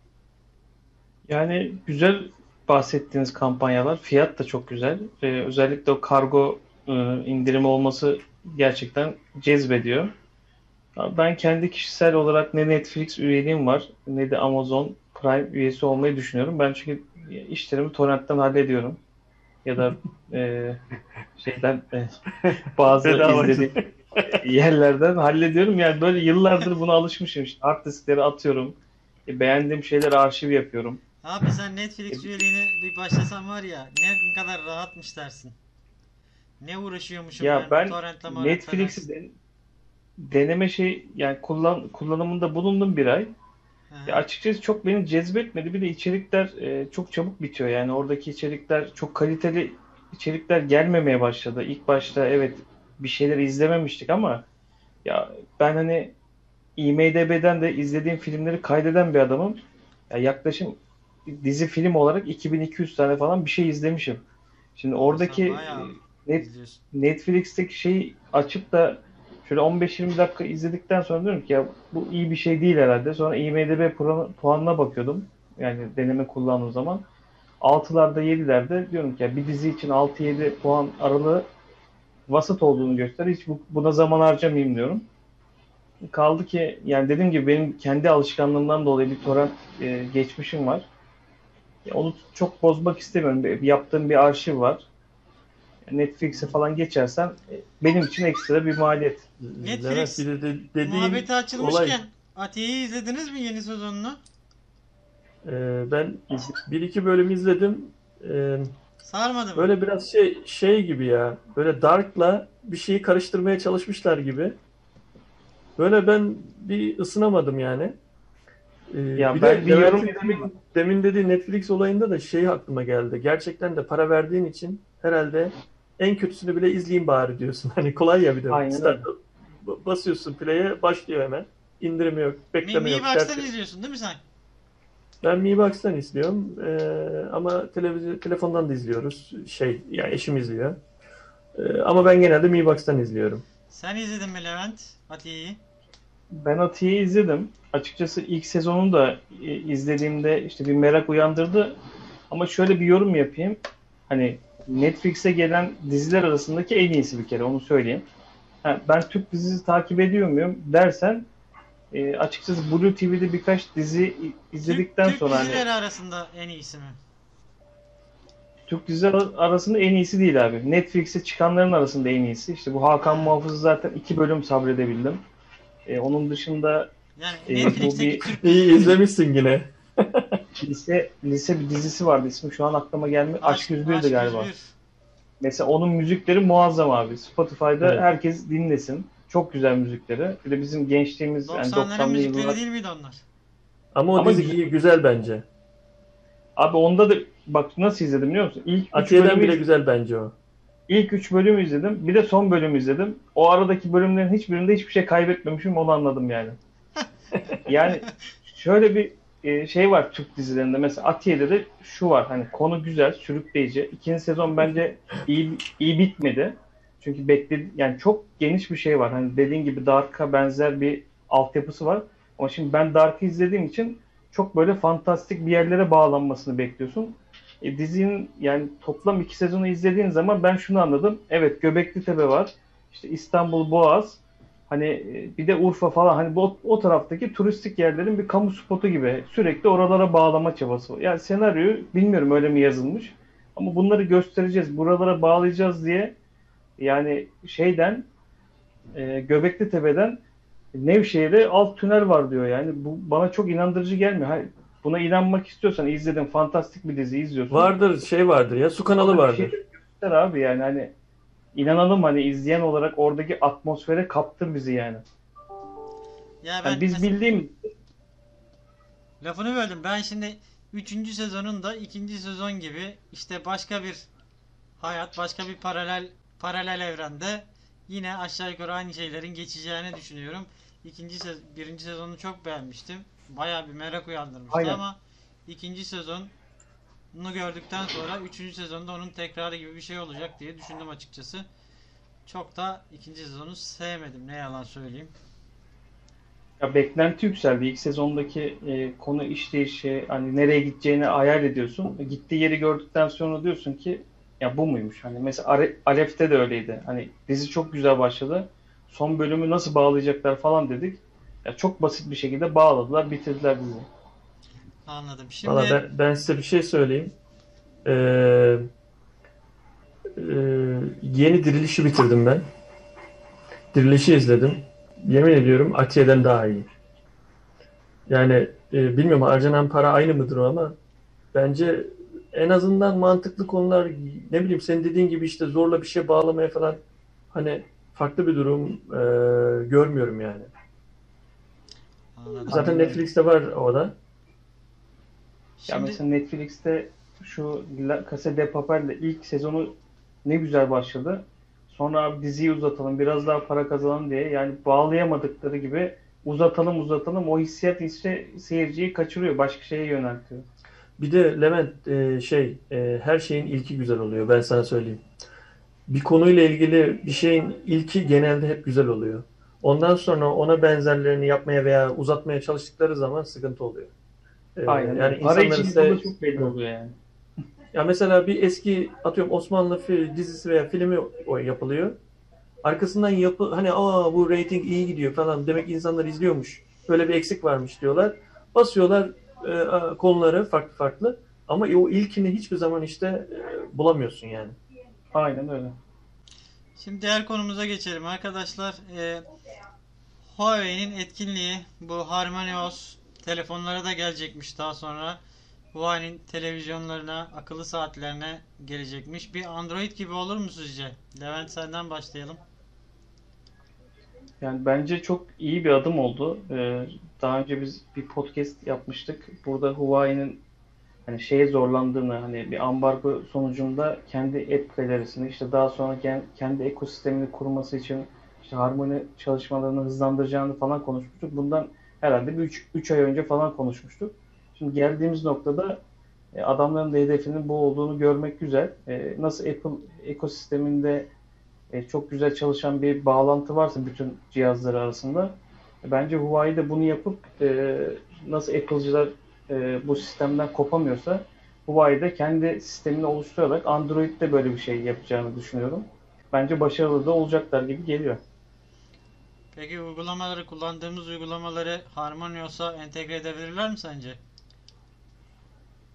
Yani güzel bahsettiğiniz kampanyalar. Fiyat da çok güzel. Ee, özellikle o kargo e, indirimi olması gerçekten cezbediyor. Abi ben kendi kişisel olarak ne Netflix üyeliğim var ne de Amazon Prime üyesi olmayı düşünüyorum. Ben çünkü işlerimi torrentten hallediyorum. Ya da e, şeyden e, bazı Bedavacı. izlediğim yerlerden hallediyorum. Yani böyle yıllardır buna alışmışım. İşte hard diskleri atıyorum. E, beğendiğim şeyleri arşiv yapıyorum. abi sen E, Netflix üyeliğine bir başlasan var ya ne kadar rahatmış dersin. Ne uğraşıyormuşum Ya ben ben torrentle morentle Netflix'i dersin. de- deneme şey yani kullan kullanımında bulundum bir ay. Hı Ya hı. açıkçası çok beni cezbetmedi. Bir de içerikler e, çok çabuk bitiyor. Yani oradaki içerikler çok kaliteli içerikler gelmemeye başladı. İlk başta evet bir şeyler izlememiştik ama ya ben hani IMDb'den de izlediğim filmleri kaydeden bir adamım. Ya yaklaşık dizi film olarak iki bin iki yüz tane falan bir şey izlemişim. Şimdi Oo, sen oradaki bayağı e, net izliyorsun. Netflix'teki şeyi açıp da şöyle on beş yirmi dakika izledikten sonra diyorum ki ya bu iyi bir şey değil herhalde. Sonra IMDb puan- puanına bakıyordum. Yani deneme kullandığım zaman. altılarda yedilerde diyorum ki ya bir dizi için altı yedi puan aralığı vasat olduğunu gösteriyor. Hiç bu, buna zaman harcamayayım diyorum. Kaldı ki yani dediğim gibi benim kendi alışkanlığımdan dolayı bir torrent e, geçmişim var. Ya onu çok bozmak istemiyorum. Bir- Yaptığım bir arşiv var. Netflix'e falan geçersem e, benim için ekstra bir maliyet. Levent, bir Netflix de, de dediğin muhabbeti olay. açılmışken Atiye'yi izlediniz mi yeni sezonunu? Ee, ben bir iki bölüm izledim. Ee, Sarmadı mı? böyle biraz şey şey gibi ya. Böyle Dark'la bir şeyi karıştırmaya çalışmışlar gibi. Böyle ben bir ısınamadım yani. Ee, Ya bir de ben bir yorum Levent'in yapayım mı? demin, demin dediği Netflix olayında da şey aklıma geldi. Gerçekten de para verdiğin için herhalde en kötüsünü bile izleyeyim bari diyorsun. Hani kolay ya bir de. Aynen Start, öyle. basıyorsun play'e, başlıyor hemen. İndirimi yok, Mi, bekleme Mi yok, dert Box'tan yok. izliyorsun değil mi sen? Ben Mi Box'tan izliyorum. Ee, ama televizyon, telefondan da izliyoruz. Şey, yani eşim izliyor. Ee, ama ben genelde Mi Box'tan izliyorum. Sen izledin mi Levent Atiye'yi? Ben Atiye'yi izledim. Açıkçası ilk sezonu da e, izlediğimde işte bir merak uyandırdı. Ama şöyle bir yorum yapayım. Hani Netflix'e gelen diziler arasındaki en iyisi bir kere onu söyleyeyim. Ha, ben Türk dizisi takip ediyor muyum dersen e, açıkçası Blue T V'de birkaç dizi Türk izledikten Türk sonra hani dizileri arasında en iyisi mi? Türk diziler arasında en iyisi değil abi. Netflix'e çıkanların arasında en iyisi. İşte bu Hakan Muhafız'ı zaten iki bölüm sabredebildim. E, onun dışında Yani e, bu Netflix'teki bir Türk İyi izlemişsin yine. lise lise bir dizisi vardı. İsmi şu an aklıma gelmiyor. Aşk Aşk, yüz birdi Aşk galiba. yüz bir. Mesela onun müzikleri muazzam abi. Spotify'da Evet. herkes dinlesin. Çok güzel müzikleri. Bir de bizim gençliğimiz yani doksanların doksanlı müzikleri yıllar. değil miydi onlar? Ama o Ama dizi güzel. iyi, güzel bence. Abi onda da bak nasıl izledim biliyor musun? İlk üç Atiye'den bölümü bile iz- güzel bence o. ilk üç bölümü izledim. Bir de son bölümü izledim. O aradaki bölümlerin hiçbirinde hiçbir şey kaybetmemişim. Onu anladım yani. Yani şöyle bir e, şey var Türk dizilerinde. Mesela Atiye'de de şu var. Hani konu güzel, sürükleyici. İkinci sezon bence iyi iyi bitmedi. Çünkü bekledi yani çok geniş bir şey var. Hani dediğin gibi Dark'a benzer bir altyapısı var. Ama şimdi ben Dark'ı izlediğim için çok böyle fantastik bir yerlere bağlanmasını bekliyorsun. E, dizinin yani toplam iki sezonu izlediğin zaman ben şunu anladım. Evet, Göbekli Tepe var. İşte İstanbul Boğaz. Hani e, bir de Urfa falan hani bu o taraftaki turistik yerlerin bir kamu spotu gibi sürekli oralara bağlama çabası var. Yani senaryo bilmiyorum öyle mi yazılmış ama bunları göstereceğiz, buralara bağlayacağız diye yani şeyden e, Göbekli Tepe'den Nevşehir'e alt tünel var diyor yani. Bu bana çok inandırıcı gelmiyor. Hayır, buna inanmak istiyorsan izledin fantastik bir dizi izliyorsun. Vardır şey vardır ya su kanalı Orada bir şey vardır. göster abi yani hani inanalım hani izleyen olarak oradaki atmosfere kaptır bizi yani. Ya ben Yani biz mesela bildiğim lafını böldüm. Ben şimdi üçüncü sezonunda ikinci sezon gibi işte başka bir hayat, başka bir paralel paralel evrende yine aşağı yukarı aynı şeylerin geçeceğini düşünüyorum. İkinci sez birinci sezonu çok beğenmiştim. Bayağı bir merak uyandırmıştı aynen. ama ikinci sezonu gördükten sonra üçüncü sezonda onun tekrarı gibi bir şey olacak diye düşündüm açıkçası. Çok da ikinci sezonu sevmedim. Ne yalan söyleyeyim. Ya beklenti yükseldi. İlk sezondaki e, konu işleyişi hani nereye gideceğini hayal ediyorsun. E, Gittiği yeri gördükten sonra diyorsun ki ya bu muymuş? Hani mesela Are- Aref'te de öyleydi. Hani dizi çok güzel başladı. Son bölümü nasıl bağlayacaklar falan dedik. Ya çok basit bir şekilde bağladılar, bitirdiler diziyi. Anladım. Valla Şimdi ben, ben size bir şey söyleyeyim. Ee, e, Yeni Diriliş'i bitirdim ben. Diriliş'i izledim. Yemin ediyorum Atiye'den daha iyi. Yani e, bilmiyorum harcanan para aynı mıdır o ama bence en azından mantıklı konular ne bileyim senin dediğin gibi işte zorla bir şey bağlamaya falan hani farklı bir durum e, görmüyorum yani. anladım. Zaten Aynen öyle. Netflix'te var o da. Ya Şimdi mesela Netflix'te şu La Casa de Papel'le ilk sezonu ne güzel başladı. Sonra abi diziyi uzatalım, biraz daha para kazanalım diye yani bağlayamadıkları gibi uzatalım uzatalım o hissiyat işte seyirciyi kaçırıyor, başka şeye yöneltiyor. Bir de Levent e, şey e, her şeyin ilki güzel oluyor ben sana söyleyeyim. Bir konuyla ilgili bir şeyin ilki genelde hep güzel oluyor. Ondan sonra ona benzerlerini yapmaya veya uzatmaya çalıştıkları zaman sıkıntı oluyor. E, Aynen öyle. yani Para insanlar için yapıldığı ise çok belli hı. oluyor yani. Ya mesela bir eski atıyorum Osmanlı fi- dizisi veya filmi o yapılıyor. Arkasından yapı hani aa bu rating iyi gidiyor falan demek insanlar izliyormuş. Böyle bir eksik varmış diyorlar. Basıyorlar e, konuları farklı farklı ama o ilkini hiçbir zaman işte e, bulamıyorsun yani. Aynen öyle. şimdi diğer konumuza geçelim arkadaşlar. Ee, Huawei'nin etkinliği bu HarmonyOS telefonlara da gelecekmiş daha sonra. Huawei'nin televizyonlarına, akıllı saatlerine gelecekmiş. Bir Android gibi olur mu sizce? Levent senden başlayalım. Yani bence çok iyi bir adım oldu. Ee, daha önce biz bir podcast yapmıştık. Burada Huawei'nin hani şeye zorlandığını hani bir ambargo sonucunda kendi app galerisini işte daha sonra gen- kendi ekosistemini kurması için işte harmoni çalışmalarını hızlandıracağını falan konuşmuştuk. Bundan herhalde bir üç ay önce falan konuşmuştuk. Şimdi geldiğimiz noktada e, adamların da hedefinin bu olduğunu görmek güzel. E, nasıl Apple ekosisteminde e, çok güzel çalışan bir bağlantı varsa bütün cihazları arasında e, bence Huawei de bunu yapıp e, nasıl Apple'cılar e, bu sistemden kopamıyorsa Huawei de kendi sistemini oluşturarak Android'de böyle bir şey yapacağını düşünüyorum. Bence başarılı da olacaklar gibi geliyor. Peki uygulamaları, kullandığımız uygulamaları HarmonyOS'a entegre edebilirler mi sence?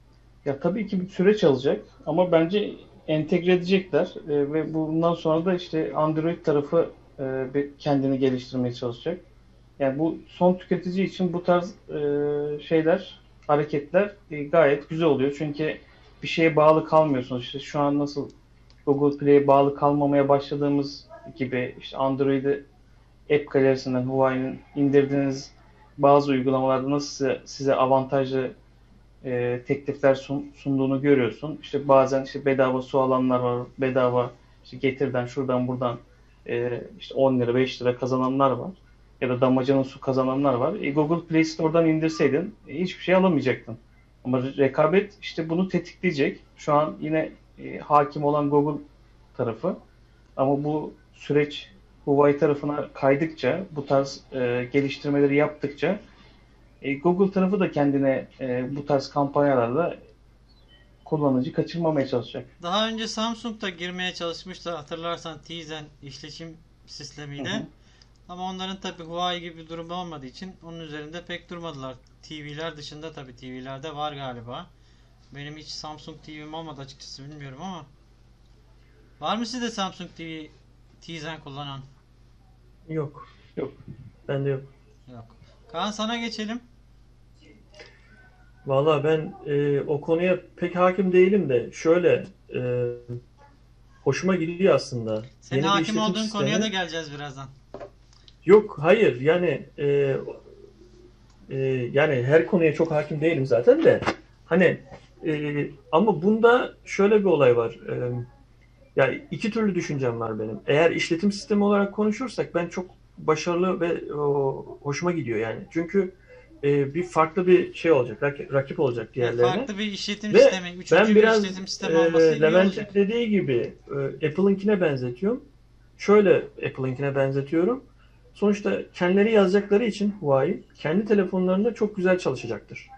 Ya tabii ki bir süreç alacak ama bence entegre edecekler. E, ve bundan sonra da işte Android tarafı e, bir kendini geliştirmeye çalışacak. Yani bu son tüketici için bu tarz e, şeyler, hareketler e, gayet güzel oluyor. Çünkü bir şeye bağlı kalmıyorsunuz. İşte şu an nasıl Google Play'e bağlı kalmamaya başladığımız gibi işte Android'i App galerisinden Huawei'nin indirdiğiniz bazı uygulamalarda nasıl size, size avantajlı e, teklifler sun- sunduğunu görüyorsun. İşte bazen işte bedava su alanlar var, bedava işte Getir'den şuradan buradan e, işte on lira beş lira kazananlar var. Ya da damacana su kazananlar var. E, Google Play Store'dan indirseydin e, hiçbir şey alamayacaktın. Ama rekabet işte bunu tetikleyecek. Şu an yine e, hakim olan Google tarafı. Ama bu süreç Huawei tarafına kaydıkça, bu tarz e, geliştirmeleri yaptıkça e, Google tarafı da kendine e, bu tarz kampanyalarla kullanıcı kaçırmamaya çalışacak. Daha önce Samsung da girmeye çalışmıştı, hatırlarsan Tizen işletim Hı sistemiyle. hı. Ama onların tabi Huawei gibi bir durum olmadığı için onun üzerinde pek durmadılar. T V'ler dışında tabi T V'lerde var galiba. Benim hiç Samsung T V'm olmadı açıkçası, bilmiyorum ama. Var mı sizde Samsung T V Tizen kullanan? Yok. Yok. Bende yok. Yok. Kaan, sana geçelim. Valla ben e, o konuya pek hakim değilim de şöyle e, hoşuma gidiyor aslında. Senin Yeni bir hakim işletim olduğun konuya da sistemi. geleceğiz birazdan. Yok, hayır. Yani e, e, yani her konuya çok hakim değilim zaten de. Hani e, ama bunda şöyle bir olay var. E, ya iki türlü düşüncem var benim. Eğer işletim sistemi olarak konuşursak ben çok başarılı ve o, hoşuma gidiyor yani. Çünkü e, bir farklı bir şey olacak, rakip, rakip olacak Yani diğerlerine. farklı bir işletim Ve sistemi, üçüncü ben bir biraz işletim sistemi e, olması iyi Levent'in olacak. dediği gibi e, Apple'ınkine benzetiyorum. Şöyle Apple'ınkine benzetiyorum. Sonuçta kendileri yazacakları için Huawei kendi telefonlarında çok güzel çalışacaktır.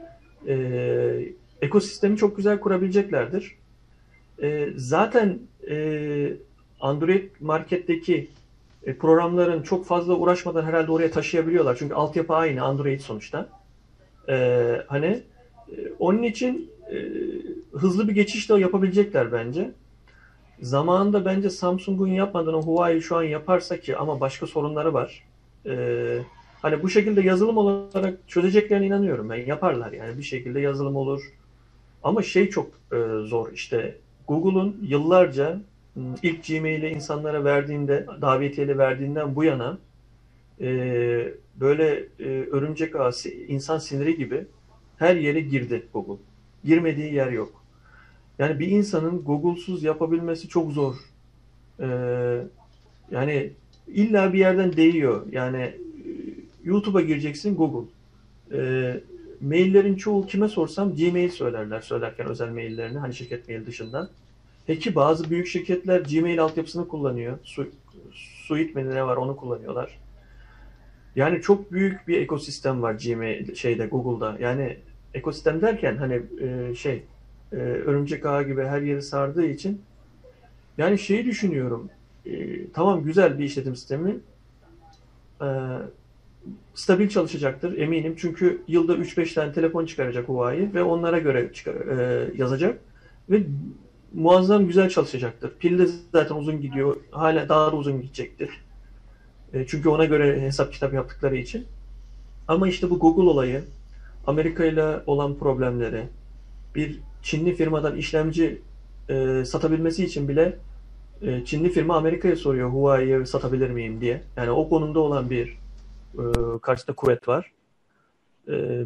E, ekosistemi çok güzel kurabileceklerdir. E, zaten e, Android marketteki e, programların çok fazla uğraşmadan herhalde oraya taşıyabiliyorlar. Çünkü altyapı aynı Android sonuçta. E, hani e, onun için e, hızlı bir geçiş de yapabilecekler bence. Zamanında bence Samsung'un yapmadığını Huawei şu an yaparsa ki ama başka sorunları var. E, hani bu şekilde yazılım olarak çözeceklerine inanıyorum ben. Yaparlar yani bir şekilde yazılım olur. Ama şey çok e, zor işte Google'un yıllarca m, ilk Gmail'i insanlara verdiğinde, davetiyeyle verdiğinden bu yana e, böyle e, örümcek ağı, si- insan siniri gibi her yere girdi Google. Girmediği yer yok. Yani bir insanın Google'suz yapabilmesi çok zor. E, yani illa bir yerden değiyor. Yani e, YouTube'a gireceksin Google. E, maillerin çoğu kime sorsam Gmail söylerler söylerken özel maillerini hani şirket mail dışında. Peki bazı büyük şirketler Gmail altyapısını kullanıyor. Su, Suite mi ne var onu kullanıyorlar. Yani çok büyük bir ekosistem var Gmail şeyde Google'da. Yani ekosistem derken hani e, şey e, örümcek ağı gibi her yeri sardığı için yani şeyi düşünüyorum. E, tamam güzel bir işletim sistemi. E, stabil çalışacaktır eminim. Çünkü yılda üç beş tane telefon çıkaracak Huawei ve onlara göre çıkar, e, yazacak ve muazzam güzel çalışacaktır. Pil de zaten uzun gidiyor. Hala daha da uzun gidecektir. E, çünkü ona göre hesap kitap yaptıkları için. Ama işte bu Google olayı, Amerika ile olan problemleri, bir Çinli firmadan işlemci e, satabilmesi için bile e, Çinli firma Amerika'ya soruyor Huawei'ye satabilir miyim diye. Yani o konumda olan bir e, karşıda kuvvet var. E,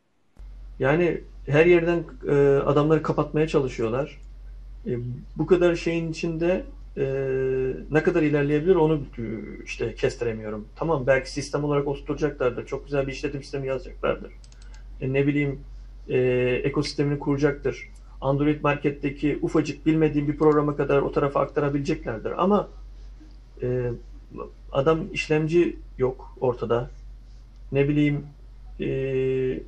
yani her yerden e, adamları kapatmaya çalışıyorlar. E, bu kadar şeyin içinde e, ne kadar ilerleyebilir onu e, işte kestiremiyorum. Tamam belki sistem olarak oturtacaklardır. Çok güzel bir işletim sistemi yazacaklardır. E, ne bileyim e, ekosistemini kuracaktır. Android marketteki ufacık bilmediğim bir programa kadar o tarafa aktarabileceklerdir. Ama e, adam işlemci yok ortada. Ne bileyim e,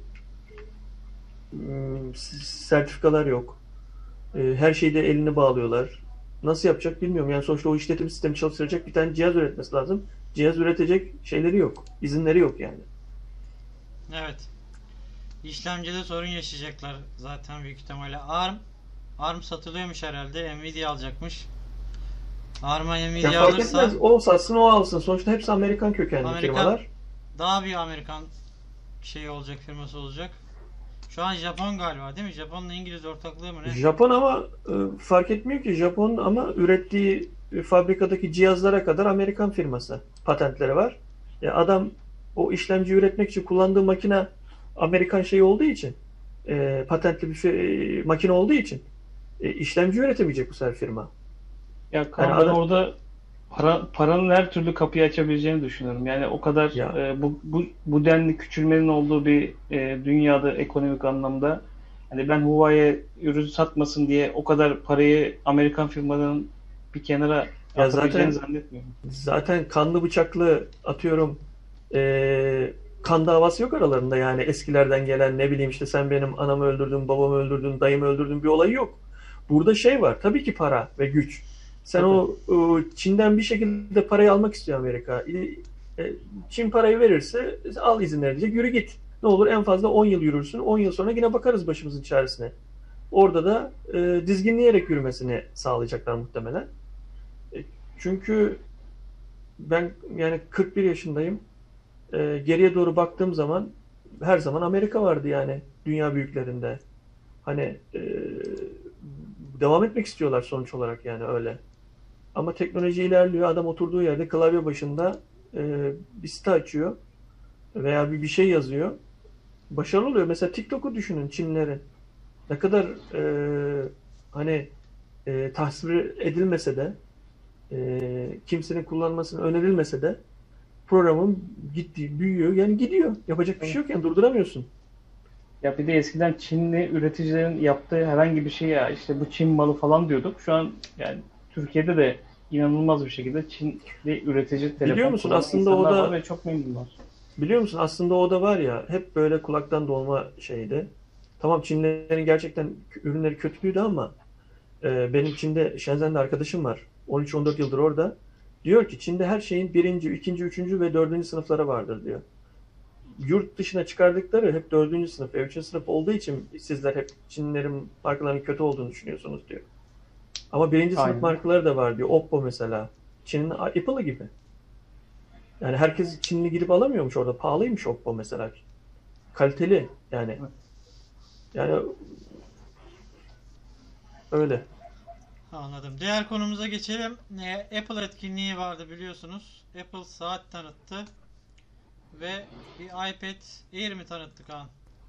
sertifikalar yok. E, her şeyde elini bağlıyorlar. Nasıl yapacak bilmiyorum. Yani sonuçta o işletim sistemi çalıştıracak bir tane cihaz üretmesi lazım. Cihaz üretecek şeyleri yok. İzinleri yok yani. Evet. işlemcide sorun yaşayacaklar zaten büyük ihtimalle. ARM ARM satılıyormuş herhalde. Nvidia alacakmış. ARM'a Ya Nvidia fark alırsa etmez. O satsın o alsın. Sonuçta hepsi Amerikan kökenli Amerikan firmalar. daha bir Amerikan şeyi olacak, firması olacak. Şu an Japon galiba değil mi? Japon'la İngiliz ortaklığı mı ne? Japon ama e, fark etmiyor ki Japon ama ürettiği e, fabrikadaki cihazlara kadar Amerikan firması. Patentleri var. Ya adam o işlemci üretmek için kullandığı makine Amerikan şeyi olduğu için e, patentli bir fi- e, makine olduğu için e, işlemci üretemeyecek bu sefer firma. Ya Yani Kaan, ben adam orada para, paranın her türlü kapıyı açabileceğini düşünüyorum. Yani o kadar ya e, bu, bu, bu denli küçülmenin olduğu bir e, dünyada ekonomik anlamda, hani ben Huawei'ye ürün satmasın diye o kadar parayı Amerikan firmalarının bir kenara ya atabileceğini zaten zannetmiyorum. zaten kanlı bıçaklı atıyorum e, kan davası yok aralarında yani eskilerden gelen ne bileyim işte sen benim anamı öldürdün, babamı öldürdün, dayımı öldürdün bir olayı yok. Burada şey var tabii ki para ve güç. Sen Tabii. o, o Çin'den bir şekilde parayı almak istiyor Amerika. E, e, Çin parayı verirse al izin verecek yürü git. Ne olur en fazla on yıl yürürsün. on yıl sonra yine bakarız başımızın çaresine. Orada da e, dizginleyerek yürümesini sağlayacaklar muhtemelen. E, çünkü ben yani kırk bir yaşındayım. Ee, geriye doğru baktığım zaman her zaman Amerika vardı yani dünya büyüklerinde. Hani e, devam etmek istiyorlar sonuç olarak yani öyle. Ama teknoloji ilerliyor. Adam oturduğu yerde klavye başında e, bir site açıyor veya bir bir şey yazıyor. Başarılı oluyor. Mesela TikTok'u düşünün Çinlilerin. Ne kadar e, hani e, tasvir edilmese de e, kimsenin kullanmasını önerilmese de programın gitti, büyüyor. Yani gidiyor. Yapacak bir şey yok yani durduramıyorsun. Ya bir de eskiden Çinli üreticilerin yaptığı herhangi bir şey, ya işte bu Çin malı falan diyorduk. Şu an yani Türkiye'de de inanılmaz bir şekilde Çinli üretici Biliyor telefon musun kullanan aslında o insanlar var da ve çok memnunlar. biliyor musun aslında o da var ya hep böyle kulaktan dolma şeydi. Tamam Çinlilerin gerçekten ürünleri kötüydü ama e, benim Çin'de Shenzhen'de arkadaşım var. on üç on dört yıldır orada. Diyor ki Çin'de her şeyin birinci, ikinci, üçüncü ve dördüncü sınıfları vardır diyor. Yurt dışına çıkardıkları hep dördüncü sınıf ve üçüncü sınıf olduğu için sizler hep Çinlilerin markalarının kötü olduğunu düşünüyorsunuz diyor. Ama birinci sınıf Aynen. markaları da var diyor. Oppo mesela. Çin'in Apple'ı gibi. Yani herkes Çinli gidip alamıyormuş orada. Pahalıymış Oppo mesela. Kaliteli yani. Yani öyle. Anladım. Diğer konumuza geçelim. Ee, Apple etkinliği vardı biliyorsunuz. Apple saat tanıttı ve bir iPad Air mi tanıttı Kaan?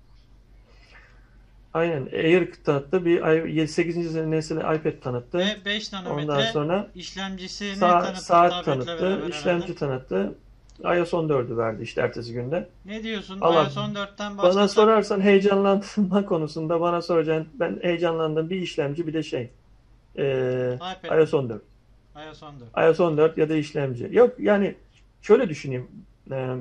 Aynen. Air tanıttı. Bir sekizinci nesil iPad tanıttı. Ve beş Ondan nanometre sonra işlemcisini sa tanıttı saat tabletle tanıttı. beraber herhalde. işlemci tanıttı. iOS on dördü verdi işte ertesi günde. Ne diyorsun? Allah iOS on dörtten bana başlasak sorarsan heyecanlanma konusunda bana soracaksın. Ben heyecanlandım. Bir işlemci bir de şey. Ee, iPad mi? iOS on dört. iOS on dört. iOS on dört ya da işlemci. Yok yani şöyle düşüneyim. Ee,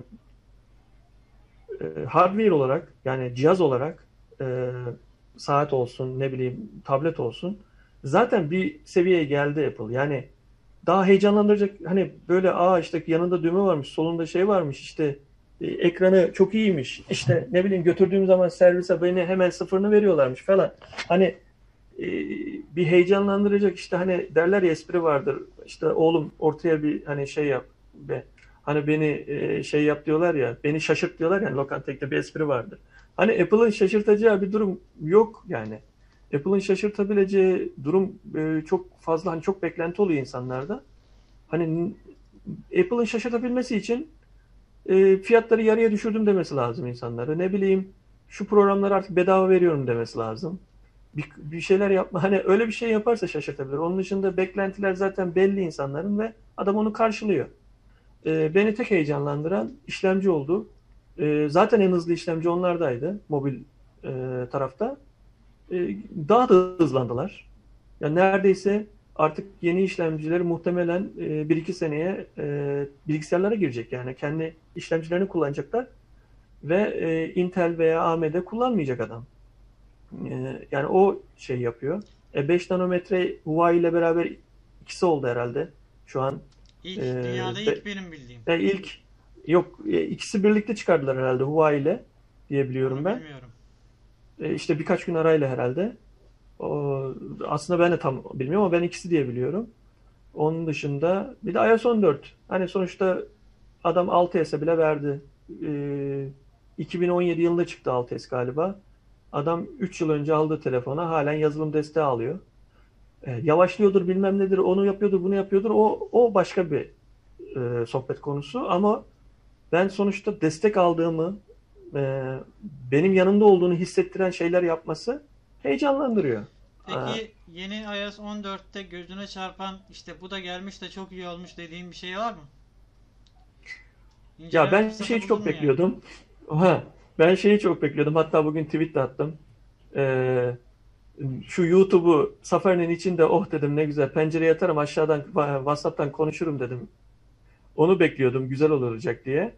e, hardware olarak yani cihaz olarak e, saat olsun ne bileyim tablet olsun zaten bir seviyeye geldi Apple. Yani daha heyecanlandıracak hani böyle aa işte yanında düğme varmış solunda şey varmış işte e, ekranı çok iyiymiş işte ne bileyim götürdüğüm zaman servise beni hemen sıfırını veriyorlarmış falan. Hani e, bir heyecanlandıracak işte hani derler ya espri vardır işte oğlum ortaya bir hani şey yap be hani beni e, şey yap diyorlar ya beni şaşırt diyorlar yani lokantalıkta bir espri vardır. Hani Apple'ın şaşırtacağı bir durum yok yani. Apple'ın şaşırtabileceği durum e, çok fazla hani çok beklenti oluyor insanlarda. Hani Apple'ın şaşırtabilmesi için e, fiyatları yarıya düşürdüm demesi lazım insanlara. Ne bileyim şu programları artık bedava veriyorum demesi lazım. Bir, bir şeyler yapma. Hani öyle bir şey yaparsa şaşırtabilir. Onun dışında beklentiler zaten belli insanların ve adam onu karşılıyor. E, beni tek heyecanlandıran işlemci oldu. E, zaten en hızlı işlemci onlardaydı. Mobil e, tarafta. E, daha da hızlandılar. Yani neredeyse artık yeni işlemcileri muhtemelen e, bir iki seneye e, bilgisayarlara girecek. Yani kendi işlemcilerini kullanacaklar ve e, Intel veya A M D kullanmayacak adam. E, yani o şey yapıyor. E, beş nanometre Huawei ile beraber ikisi oldu herhalde. Şu an İlk, e, dünyada be, ilk benim bildiğim. e, ilk yok e, ikisi birlikte çıkardılar herhalde Huawei ile diye biliyorum Onu ben. bilmiyorum. E, işte birkaç gün arayla herhalde. O, aslında ben de tam bilmiyorum ama ben ikisi diye biliyorum. Onun dışında bir de iOS on dört. Hani sonuçta adam altı S'e bile verdi. Ee, iki bin on yedi yılında çıktı altı S galiba. Adam üç yıl önce aldığı telefona halen yazılım desteği alıyor. Ee, yavaşlıyordur bilmem nedir, onu yapıyordur, bunu yapıyordur. O, o başka bir e, sohbet konusu. Ama ben sonuçta destek aldığımı, e, benim yanımda olduğunu hissettiren şeyler yapması heyecanlandırıyor. Aa, Peki yeni iOS on dörtte gözüne çarpan işte bu da gelmiş de çok iyi olmuş dediğin bir şey var mı? Ya İnceleme ben fırsatı şeyi buldun çok mu yani? bekliyordum. Ha, ben şeyi çok bekliyordum. Hatta bugün tweet de attım. Ee, şu YouTube'u Safari'nin içinde oh dedim ne güzel pencereye atarım aşağıdan WhatsApp'tan konuşurum dedim. Onu bekliyordum güzel olacak diye.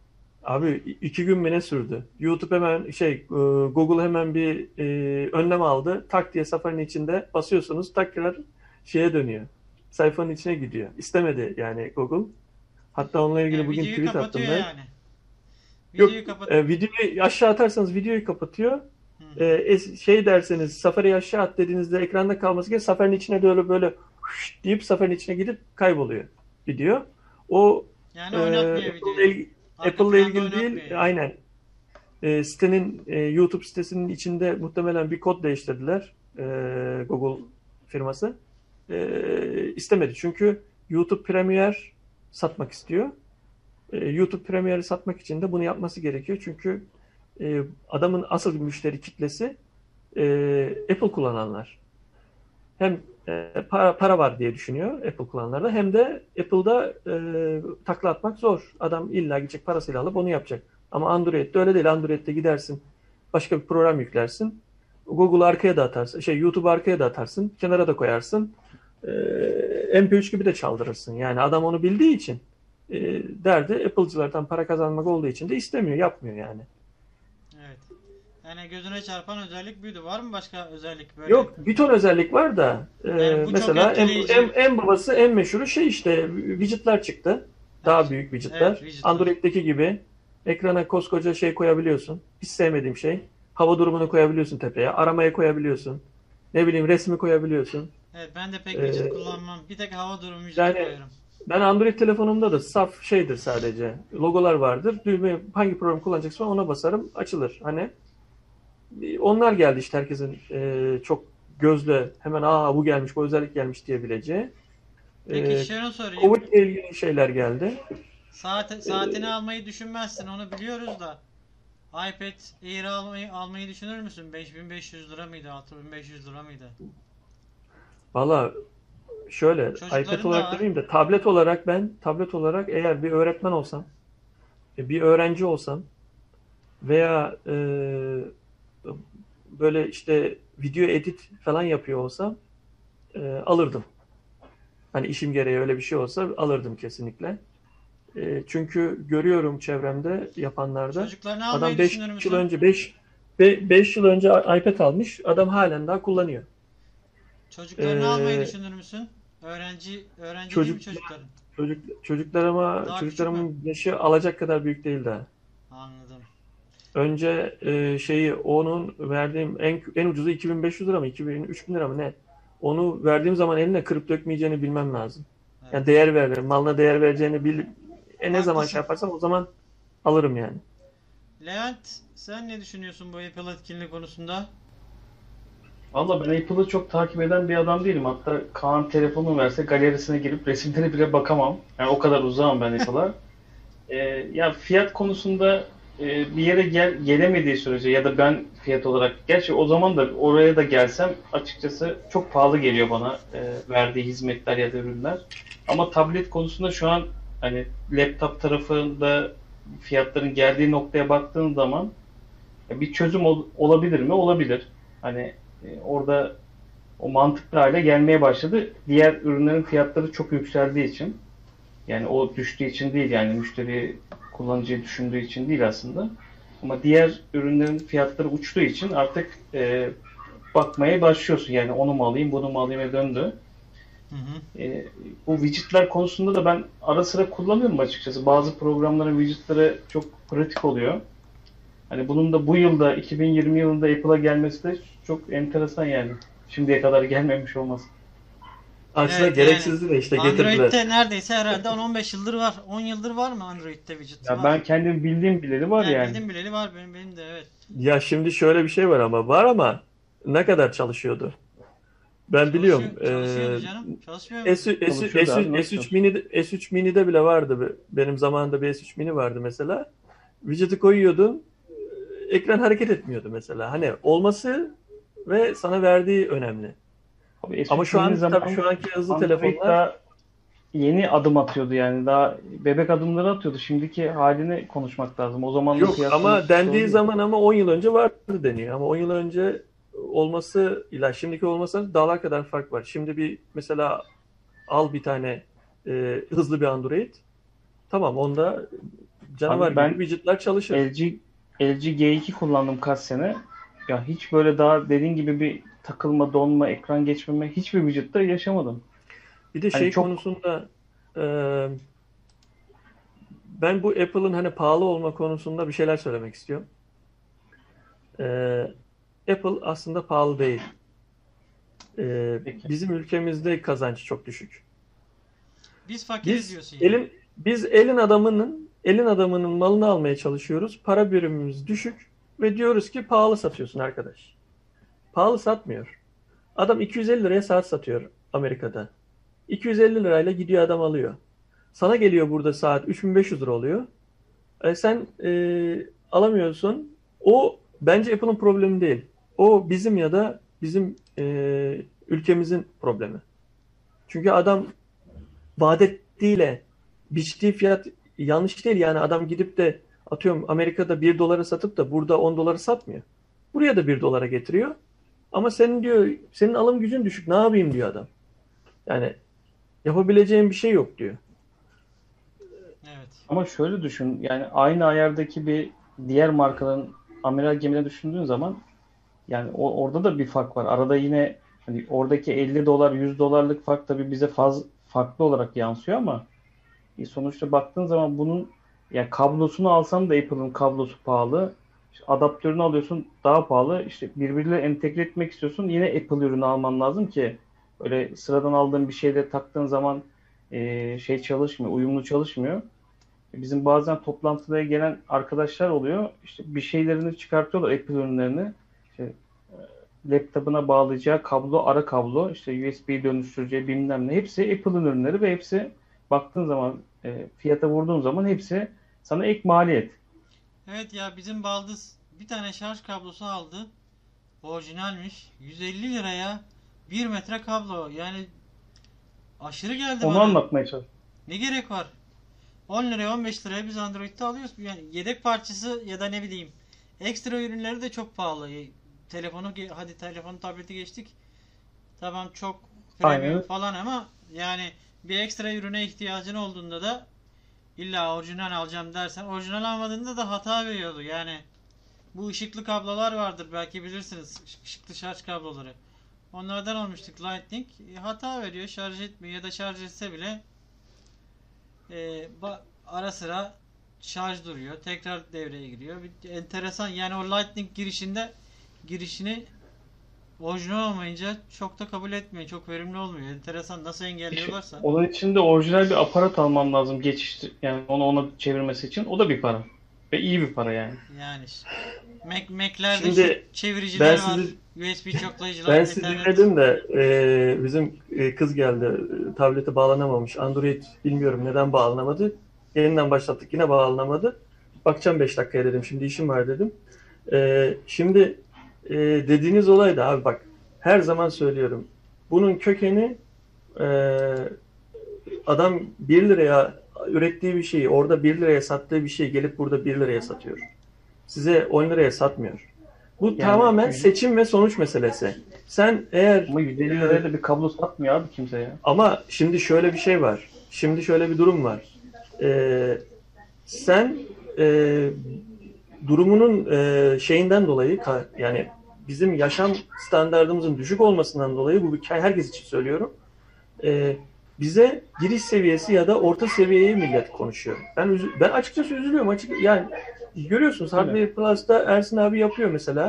Abi iki gün mü ne sürdü? YouTube hemen şey e, Google hemen bir e, önlem aldı. Tak diye Safari'nin içinde basıyorsunuz tekrar şeye dönüyor. Sayfanın içine gidiyor. İstemedi yani Google. Hatta onunla ilgili Yani bugün videoyu tweet attım kapatıyor ben. yani. Yok, Videoyu kapat. e, videoyu aşağı atarsanız videoyu kapatıyor. Hı E, hı. es- şey derseniz Safari'yi aşağı at dediğinizde ekranda kalması gerekiyor. Safari'nin içine de öyle böyle huş deyip Safari'nin içine gidip kayboluyor video. O Yani e, oynatmıyor Apple'la videoyu. il- Arka Apple'la planda ilgili oynatmıyor değil. yani. Aynen. E, sitenin e, YouTube sitesinin içinde muhtemelen bir kod değiştirdiler. E, Google firması. E, istemedi. Çünkü YouTube Premier satmak istiyor. E, YouTube Premier'i satmak için de bunu yapması gerekiyor. Çünkü e, adamın asıl müşteri kitlesi e, Apple kullananlar. Hem e, para, para var diye düşünüyor Apple kullananlarda hem de Apple'da e, takla atmak zor. Adam illa gidecek parasıyla alıp onu yapacak. Ama Android'de öyle değil. Android'de gidersin başka bir program yüklersin. Google'u arkaya da atarsın. Şey YouTube'u arkaya da atarsın. Kenara da koyarsın. E, M P üç gibi de çaldırırsın. Yani adam onu bildiği için e, derdi Apple'cılardan para kazanmak olduğu için de istemiyor, yapmıyor yani. Evet. Yani gözüne çarpan özellik buydu. Var mı başka özellik böyle? Yok, bir ton özellik var da e, Yani bu çok mesela en, etkileyici. en, en babası, en meşhuru şey işte widgetler çıktı. Daha Evet. büyük Evet, widgetler. widgetler. Android'deki gibi ekrana koskoca şey koyabiliyorsun. Hiç sevmediğim şey. Hava durumunu koyabiliyorsun tepeye. Aramayı koyabiliyorsun. Ne bileyim resmi koyabiliyorsun. Evet, ben de pek E, widget kullanmam. Bir tek hava durumu widgeti yani koyarım. ben Android telefonumda da saf şeydir sadece. Logolar vardır. Düğme hangi program kullanacaksam ona basarım açılır. Hani onlar geldi işte herkesin e, çok gözle hemen aa bu gelmiş bu özellik gelmiş diyebileceği. Peki E, şunu sorayım. Covid ile ilgili şeyler geldi. Saat, saatini almayı düşünmezsin, onu biliyoruz da. iPad Air almayı, almayı düşünür müsün? beş bin beş yüz lira mıydı? altı bin beş yüz lira mıydı? Valla şöyle iPad Çocukların da olarak var. demeyeyim de tablet olarak ben tablet olarak eğer bir öğretmen olsam e, bir öğrenci olsam veya e, böyle işte video edit falan yapıyor olsam e, alırdım. Hani işim gereği öyle bir şey olsa alırdım kesinlikle. E, çünkü görüyorum çevremde yapanlarda Çocuklarını almayı adam beş düşünür yıl müsün? önce beş beş yıl önce iPad almış. Adam halen daha kullanıyor. Çocuklarını almayı E, düşünür müsün? Öğrenci, öğrenci değil mi çocuk çocukların? çocuk çocuklarıma Daha küçük mü? çocuklarımın yaşı alacak kadar büyük değil daha. Anladım. Önce e, şeyi onun verdiğim en en ucuzu iki bin beş yüz lira mı iki bin üç bin lira mı ne? Onu verdiğim zaman eline kırıp dökmeyeceğini bilmem lazım. Yani Evet. değer veririm. Malına değer vereceğini bil e, ne zaman şey Haklısın. yaparsam o zaman alırım yani. Levent, sen ne düşünüyorsun bu Apple etkinliği konusunda? Valla ben Apple'ı çok takip eden bir adam değilim. Hatta Kaan telefonu verse galerisine girip resimlere bile bakamam. Yani o kadar uzağım ben Apple'a. Ee, ya fiyat konusunda e, bir yere gel gelemediği sürece ya da ben fiyat olarak gerçi o zaman da oraya da gelsem açıkçası çok pahalı geliyor bana e, verdiği hizmetler ya da ürünler. Ama tablet konusunda şu an hani laptop tarafında fiyatların geldiği noktaya baktığın zaman e, bir çözüm ol- olabilir mi? Olabilir. Hani e, orada o mantıklı hale gelmeye başladı. Diğer ürünlerin fiyatları çok yükseldiği için. Yani o düştüğü için değil yani müşteri kullanıcıyı düşündüğü için değil aslında. Ama diğer ürünlerin fiyatları uçtuğu için artık e, bakmaya başlıyorsun. Yani onu mu alayım, bunu mu alayım'a döndü. Hı hı. E, bu widgetler konusunda da ben ara sıra kullanıyorum açıkçası. Bazı programların widgetleri çok pratik oluyor. Hani bunun da bu yılda iki bin yirmi yılında Apple'a gelmesi de çok enteresan yani. Şimdiye kadar gelmemiş olması. Aslında Evet, gereksizdi de işte getirdiler. Android'de neredeyse herhalde on on beş yıldır var. on yıldır var mı Android'de widget? Ya Var. ben kendim bildiğim bileli var Yani yani. bildim bileli var benim benim de evet. Ya şimdi şöyle bir şey var ama var ama ne kadar çalışıyordu? Ben biliyorum. Çalışıyor, çalışıyordu Ee, canım. Çalışmıyor mu? S, S, Çalışıyordu abi, S, nasıl S3 Mini S üç Mini'de bile vardı. Benim zamanımda bir S üç Mini vardı mesela. Widget'ı koyuyordun. Ekran hareket etmiyordu mesela. Hani olması ve sana verdiği önemli. Abi Ama şu an zaman tabii şu anki hızlı Android telefonlar daha yeni adım atıyordu yani. Daha bebek adımları atıyordu. Şimdiki halini konuşmak lazım. O zaman yok ama dendiği zaman zaman ama on yıl önce vardı deniyor. Ama on yıl önce olması ile şimdiki olması dağlar kadar fark var. Şimdi bir mesela al bir tane e, hızlı bir Android. Tamam onda canavar Abi ben gibi widgetler çalışır. L G L G G iki kullandım kaç sene. Ya hiç böyle daha dediğin gibi bir takılma, donma, ekran geçmeme hiçbir widget'ta yaşamadım. Bir de Hani şey çok- konusunda e, ben bu Apple'ın hani pahalı olma konusunda bir şeyler söylemek istiyorum. E, Apple aslında pahalı değil. E, Peki. bizim ülkemizde kazancı çok düşük. Biz fakiriz Biz diyorsun yani. elin biz elin adamının elin adamının malını almaya çalışıyoruz. Para birimimiz düşük ve diyoruz ki pahalı satıyorsun arkadaş. Pahalı satmıyor. Adam iki yüz elli liraya saat satıyor Amerika'da. iki yüz elli lirayla gidiyor adam alıyor. Sana geliyor burada saat üç bin beş yüz lira oluyor. E sen e, alamıyorsun. O bence Apple'ın problemi değil. O bizim ya da bizim e, ülkemizin problemi. Çünkü adam vaat ettiğiyle biçtiği fiyat yanlış değil. Yani adam gidip de atıyorum Amerika'da bir dolara satıp da burada on dolara satmıyor. Buraya da bir dolara getiriyor. Ama senin diyor senin alım gücün düşük. Ne yapayım diyor adam. Yani yapabileceğin bir şey yok diyor. Evet. Ama şöyle düşün, yani aynı ayardaki bir diğer markaların amiral gemine düşündüğün zaman yani o, orada da bir fark var. Arada yine hani oradaki elli dolar, yüz dolarlık fark tabii bize faz, farklı olarak yansıyor ama e, sonuçta baktığın zaman bunun yani kablosunu alsan da Apple'ın kablosu pahalı. İşte adaptörünü alıyorsun daha pahalı. İşte birbiriyle entegre etmek istiyorsun. Yine Apple ürünü alman lazım ki öyle sıradan aldığın bir şeyle taktığın zaman e, şey çalışmıyor, uyumlu çalışmıyor. Bizim bazen toplantıya gelen arkadaşlar oluyor. İşte bir şeylerini çıkartıyorlar Apple ürünlerini. İşte e, laptopuna bağlayacağı kablo, ara kablo, işte U S B dönüştüreceği bilmem ne. Hepsi Apple'ın ürünleri ve hepsi baktığın zaman e, fiyata vurduğun zaman hepsi sana ek maliyet. Evet ya bizim baldız bir tane şarj kablosu aldı. Orijinalmiş. yüz elli liraya bir metre kablo. Yani aşırı geldi Onu bana. anlatmaya çalış. Ne gerek var? on liraya on beş liraya biz Android'de alıyoruz. Yani yedek parçası ya da ne bileyim ekstra ürünleri de çok pahalı. Telefonu ge- hadi telefonu tableti geçtik. Tamam çok premium Aynen. falan ama yani bir ekstra ürüne ihtiyacın olduğunda da illa orijinal alacağım dersen orijinal almadığında da hata veriyordu. Yani bu ışıklı kablolar vardır belki bilirsiniz. Işıklı şarj kabloları. Onlardan almıştık Lightning. E, hata veriyor, şarj etmiyor ya da şarj etse bile e, ba- ara sıra şarj duruyor. Tekrar devreye giriyor. Bir, enteresan yani o Lightning girişinde girişini orijinal olmayınca çok da kabul etmiyor. Çok verimli olmuyor. Enteresan nasıl engelliyorlarsa. Onun için de orijinal bir aparat almam lazım geçiş yani onu ona çevirmesi için. O da bir para. Ve iyi bir para yani. Yani işte. Mac, Mac'lerde Şimdi şu çeviriciler ben var. sizi- U S B çoklayıcılar. Ben sizi Ethernet. dinledim de e, bizim e, kız geldi. E, tablete bağlanamamış. Android bilmiyorum neden bağlanamadı. Yeniden başlattık yine bağlanamadı. Bakacağım beş dakikaya dedim. Şimdi işim var dedim. E, şimdi e, dediğiniz olay da abi bak her zaman söylüyorum. Bunun kökeni e, adam bir liraya ürettiği bir şeyi orada bir liraya sattığı bir şeyi gelip burada bir liraya satıyor. Size on liraya satmıyor. Bu tamamen seçim ve sonuç meselesi. Sen eğer Ama yüz elli liraya da bir kablo satmıyor abi kimse ya. ama şimdi şöyle bir şey var. Şimdi şöyle bir durum var. Ee, sen e, durumunun e, şeyinden dolayı ka- yani bizim yaşam standardımızın düşük olmasından dolayı bu bir- herkes için söylüyorum. E, bize giriş seviyesi ya da orta seviyeye millet konuşuyor. Ben üzü- ben açıkçası üzülüyorum. Açık yani görüyorsunuz Hardware Plus'ta Ersin abi yapıyor mesela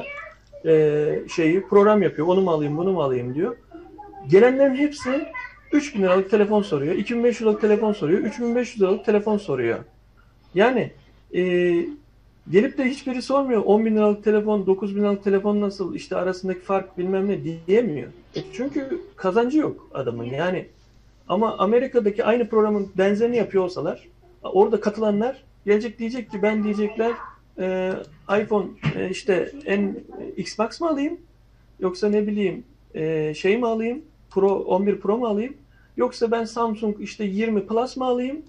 e, şeyi program yapıyor. Onu mu alayım, bunu mu alayım diyor. Gelenlerin hepsi üç bin liralık telefon soruyor, iki bin beş yüz liralık telefon soruyor, üç bin beş yüz liralık telefon soruyor. Yani e, gelip de hiçbiri sormuyor on bin liralık telefon, dokuz bin liralık telefon nasıl, işte arasındaki fark bilmem ne diyemiyor. E çünkü kazancı yok adamın yani. Ama Amerika'daki aynı programın benzerini yapıyor olsalar, orada katılanlar gelecek diyecek ki ben diyecekler e, iPhone e, işte en X-Max mı alayım yoksa ne bileyim e, şey mi alayım Pro on bir Pro mu alayım yoksa ben Samsung işte yirmi Plus mı alayım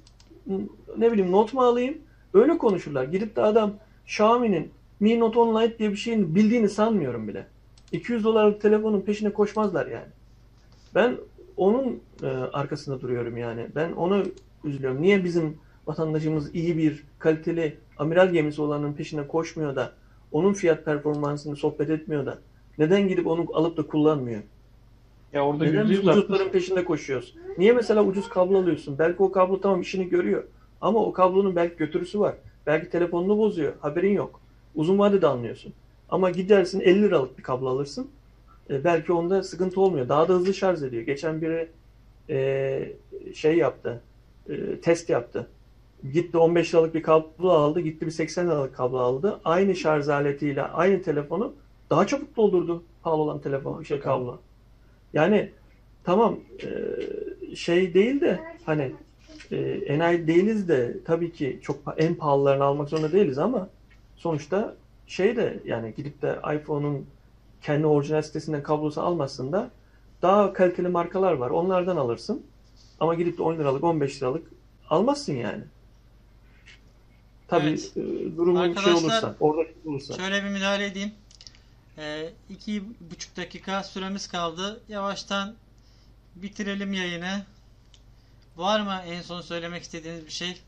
ne bileyim Note mu alayım öyle konuşurlar. Gidip de adam Xiaomi'nin Mi Note on Lite diye bir şeyin bildiğini sanmıyorum bile. iki yüz dolarlık telefonun peşine koşmazlar yani. Ben onun e, arkasında duruyorum yani. Ben ona üzülüyorum. Niye bizim vatandaşımız iyi bir kaliteli amiral gemisi olanın peşine koşmuyor da onun fiyat performansını sohbet etmiyor da neden gidip onu alıp da kullanmıyor? Ya orada Neden yüzde biz yüz ucuzların haklısın. peşinde koşuyoruz? Niye mesela ucuz kablo alıyorsun? Belki o kablo tamam işini görüyor. Ama o kablonun belki götürüsü var. Belki telefonunu bozuyor. Haberin yok. Uzun vadede anlıyorsun. Ama gidersin elli liralık bir kablo alırsın. E, belki onda sıkıntı olmuyor. Daha da hızlı şarj ediyor. Geçen biri e, şey yaptı. E, test yaptı. Gitti on beş liralık bir kablo aldı. Gitti bir seksen liralık kablo aldı. Aynı şarj aletiyle aynı telefonu daha çabuk doldurdu. Pahalı olan telefon, şey kablo. Yani tamam e, şey değil de hani e, enayi değiliz de tabii ki çok pa- en pahalılarını almak zorunda değiliz ama sonuçta şey de yani gidip de iPhone'un kendi orijinal sitesinden kablosu almasın da daha kaliteli markalar var. Onlardan alırsın. Ama gidip de on liralık, on beş liralık almazsın yani. Tabii Evet. e, durumun şey Arkadaşlar olursa, orada olursa. şöyle bir müdahale edeyim. Ee, iki buçuk dakika süremiz kaldı. Yavaştan bitirelim yayını. Var mı en son söylemek istediğiniz bir şey?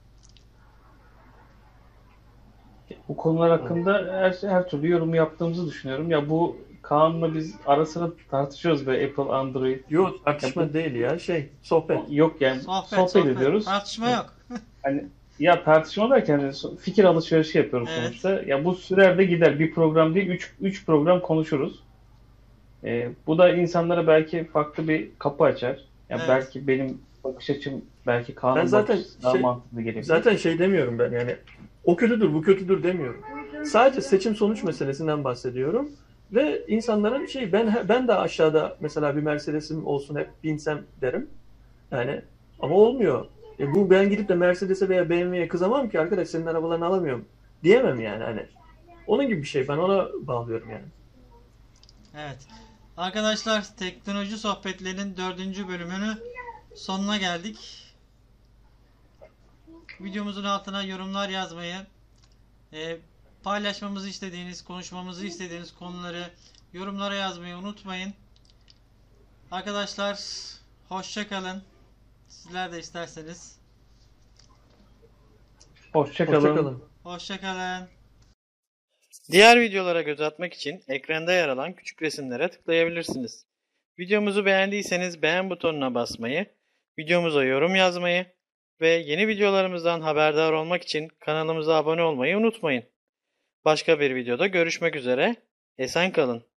Bu konular hakkında her, her türlü yorum yaptığımızı düşünüyorum. Ya bu Kaan'la biz ara sıra tartışıyoruz be Apple, Android. Yok tartışma Ya bu- değil ya şey sohbet. Yok yani Sohbet, sohbet, sohbet. ediyoruz. Tartışma yok. Hani ya tartışma derken hani so- fikir alışverişi yapıyoruz Evet. sonuçta. Ya bu sürer de gider. Bir program değil, üç, üç program konuşuruz. Ee, bu da insanlara belki farklı bir kapı açar. Ya Evet. belki benim bakış açım, belki Ben Kaan'ın zaten bakış açısı daha şey- mantıklı gelebilir. Zaten şey demiyorum ben yani o kötüdür bu kötüdür demiyorum. Sadece seçim sonuç meselesinden bahsediyorum. Ve insanların şey ben ben de aşağıda mesela bir Mercedes'im olsun hep binsem derim. Yani ama olmuyor. E bu ben gidip de Mercedes'e veya B M W'ye kızamam ki arkadaş senin arabalarını alamıyorum diyemem yani hani. Onun gibi bir şey ben ona bağlıyorum yani. Evet. Arkadaşlar teknoloji sohbetlerinin dördüncü bölümünün sonuna geldik. Videomuzun altına yorumlar yazmayı, e, paylaşmamızı istediğiniz, konuşmamızı istediğiniz konuları yorumlara yazmayı unutmayın. Arkadaşlar hoşça kalın. Sizler de isterseniz. Hoşça kalın. Hoşça kalın. Hoşça kalın. Diğer videolara göz atmak için ekranda yer alan küçük resimlere tıklayabilirsiniz. Videomuzu beğendiyseniz beğen butonuna basmayı, videomuza yorum yazmayı ve yeni videolarımızdan haberdar olmak için kanalımıza abone olmayı unutmayın. Başka bir videoda görüşmek üzere. Esen kalın.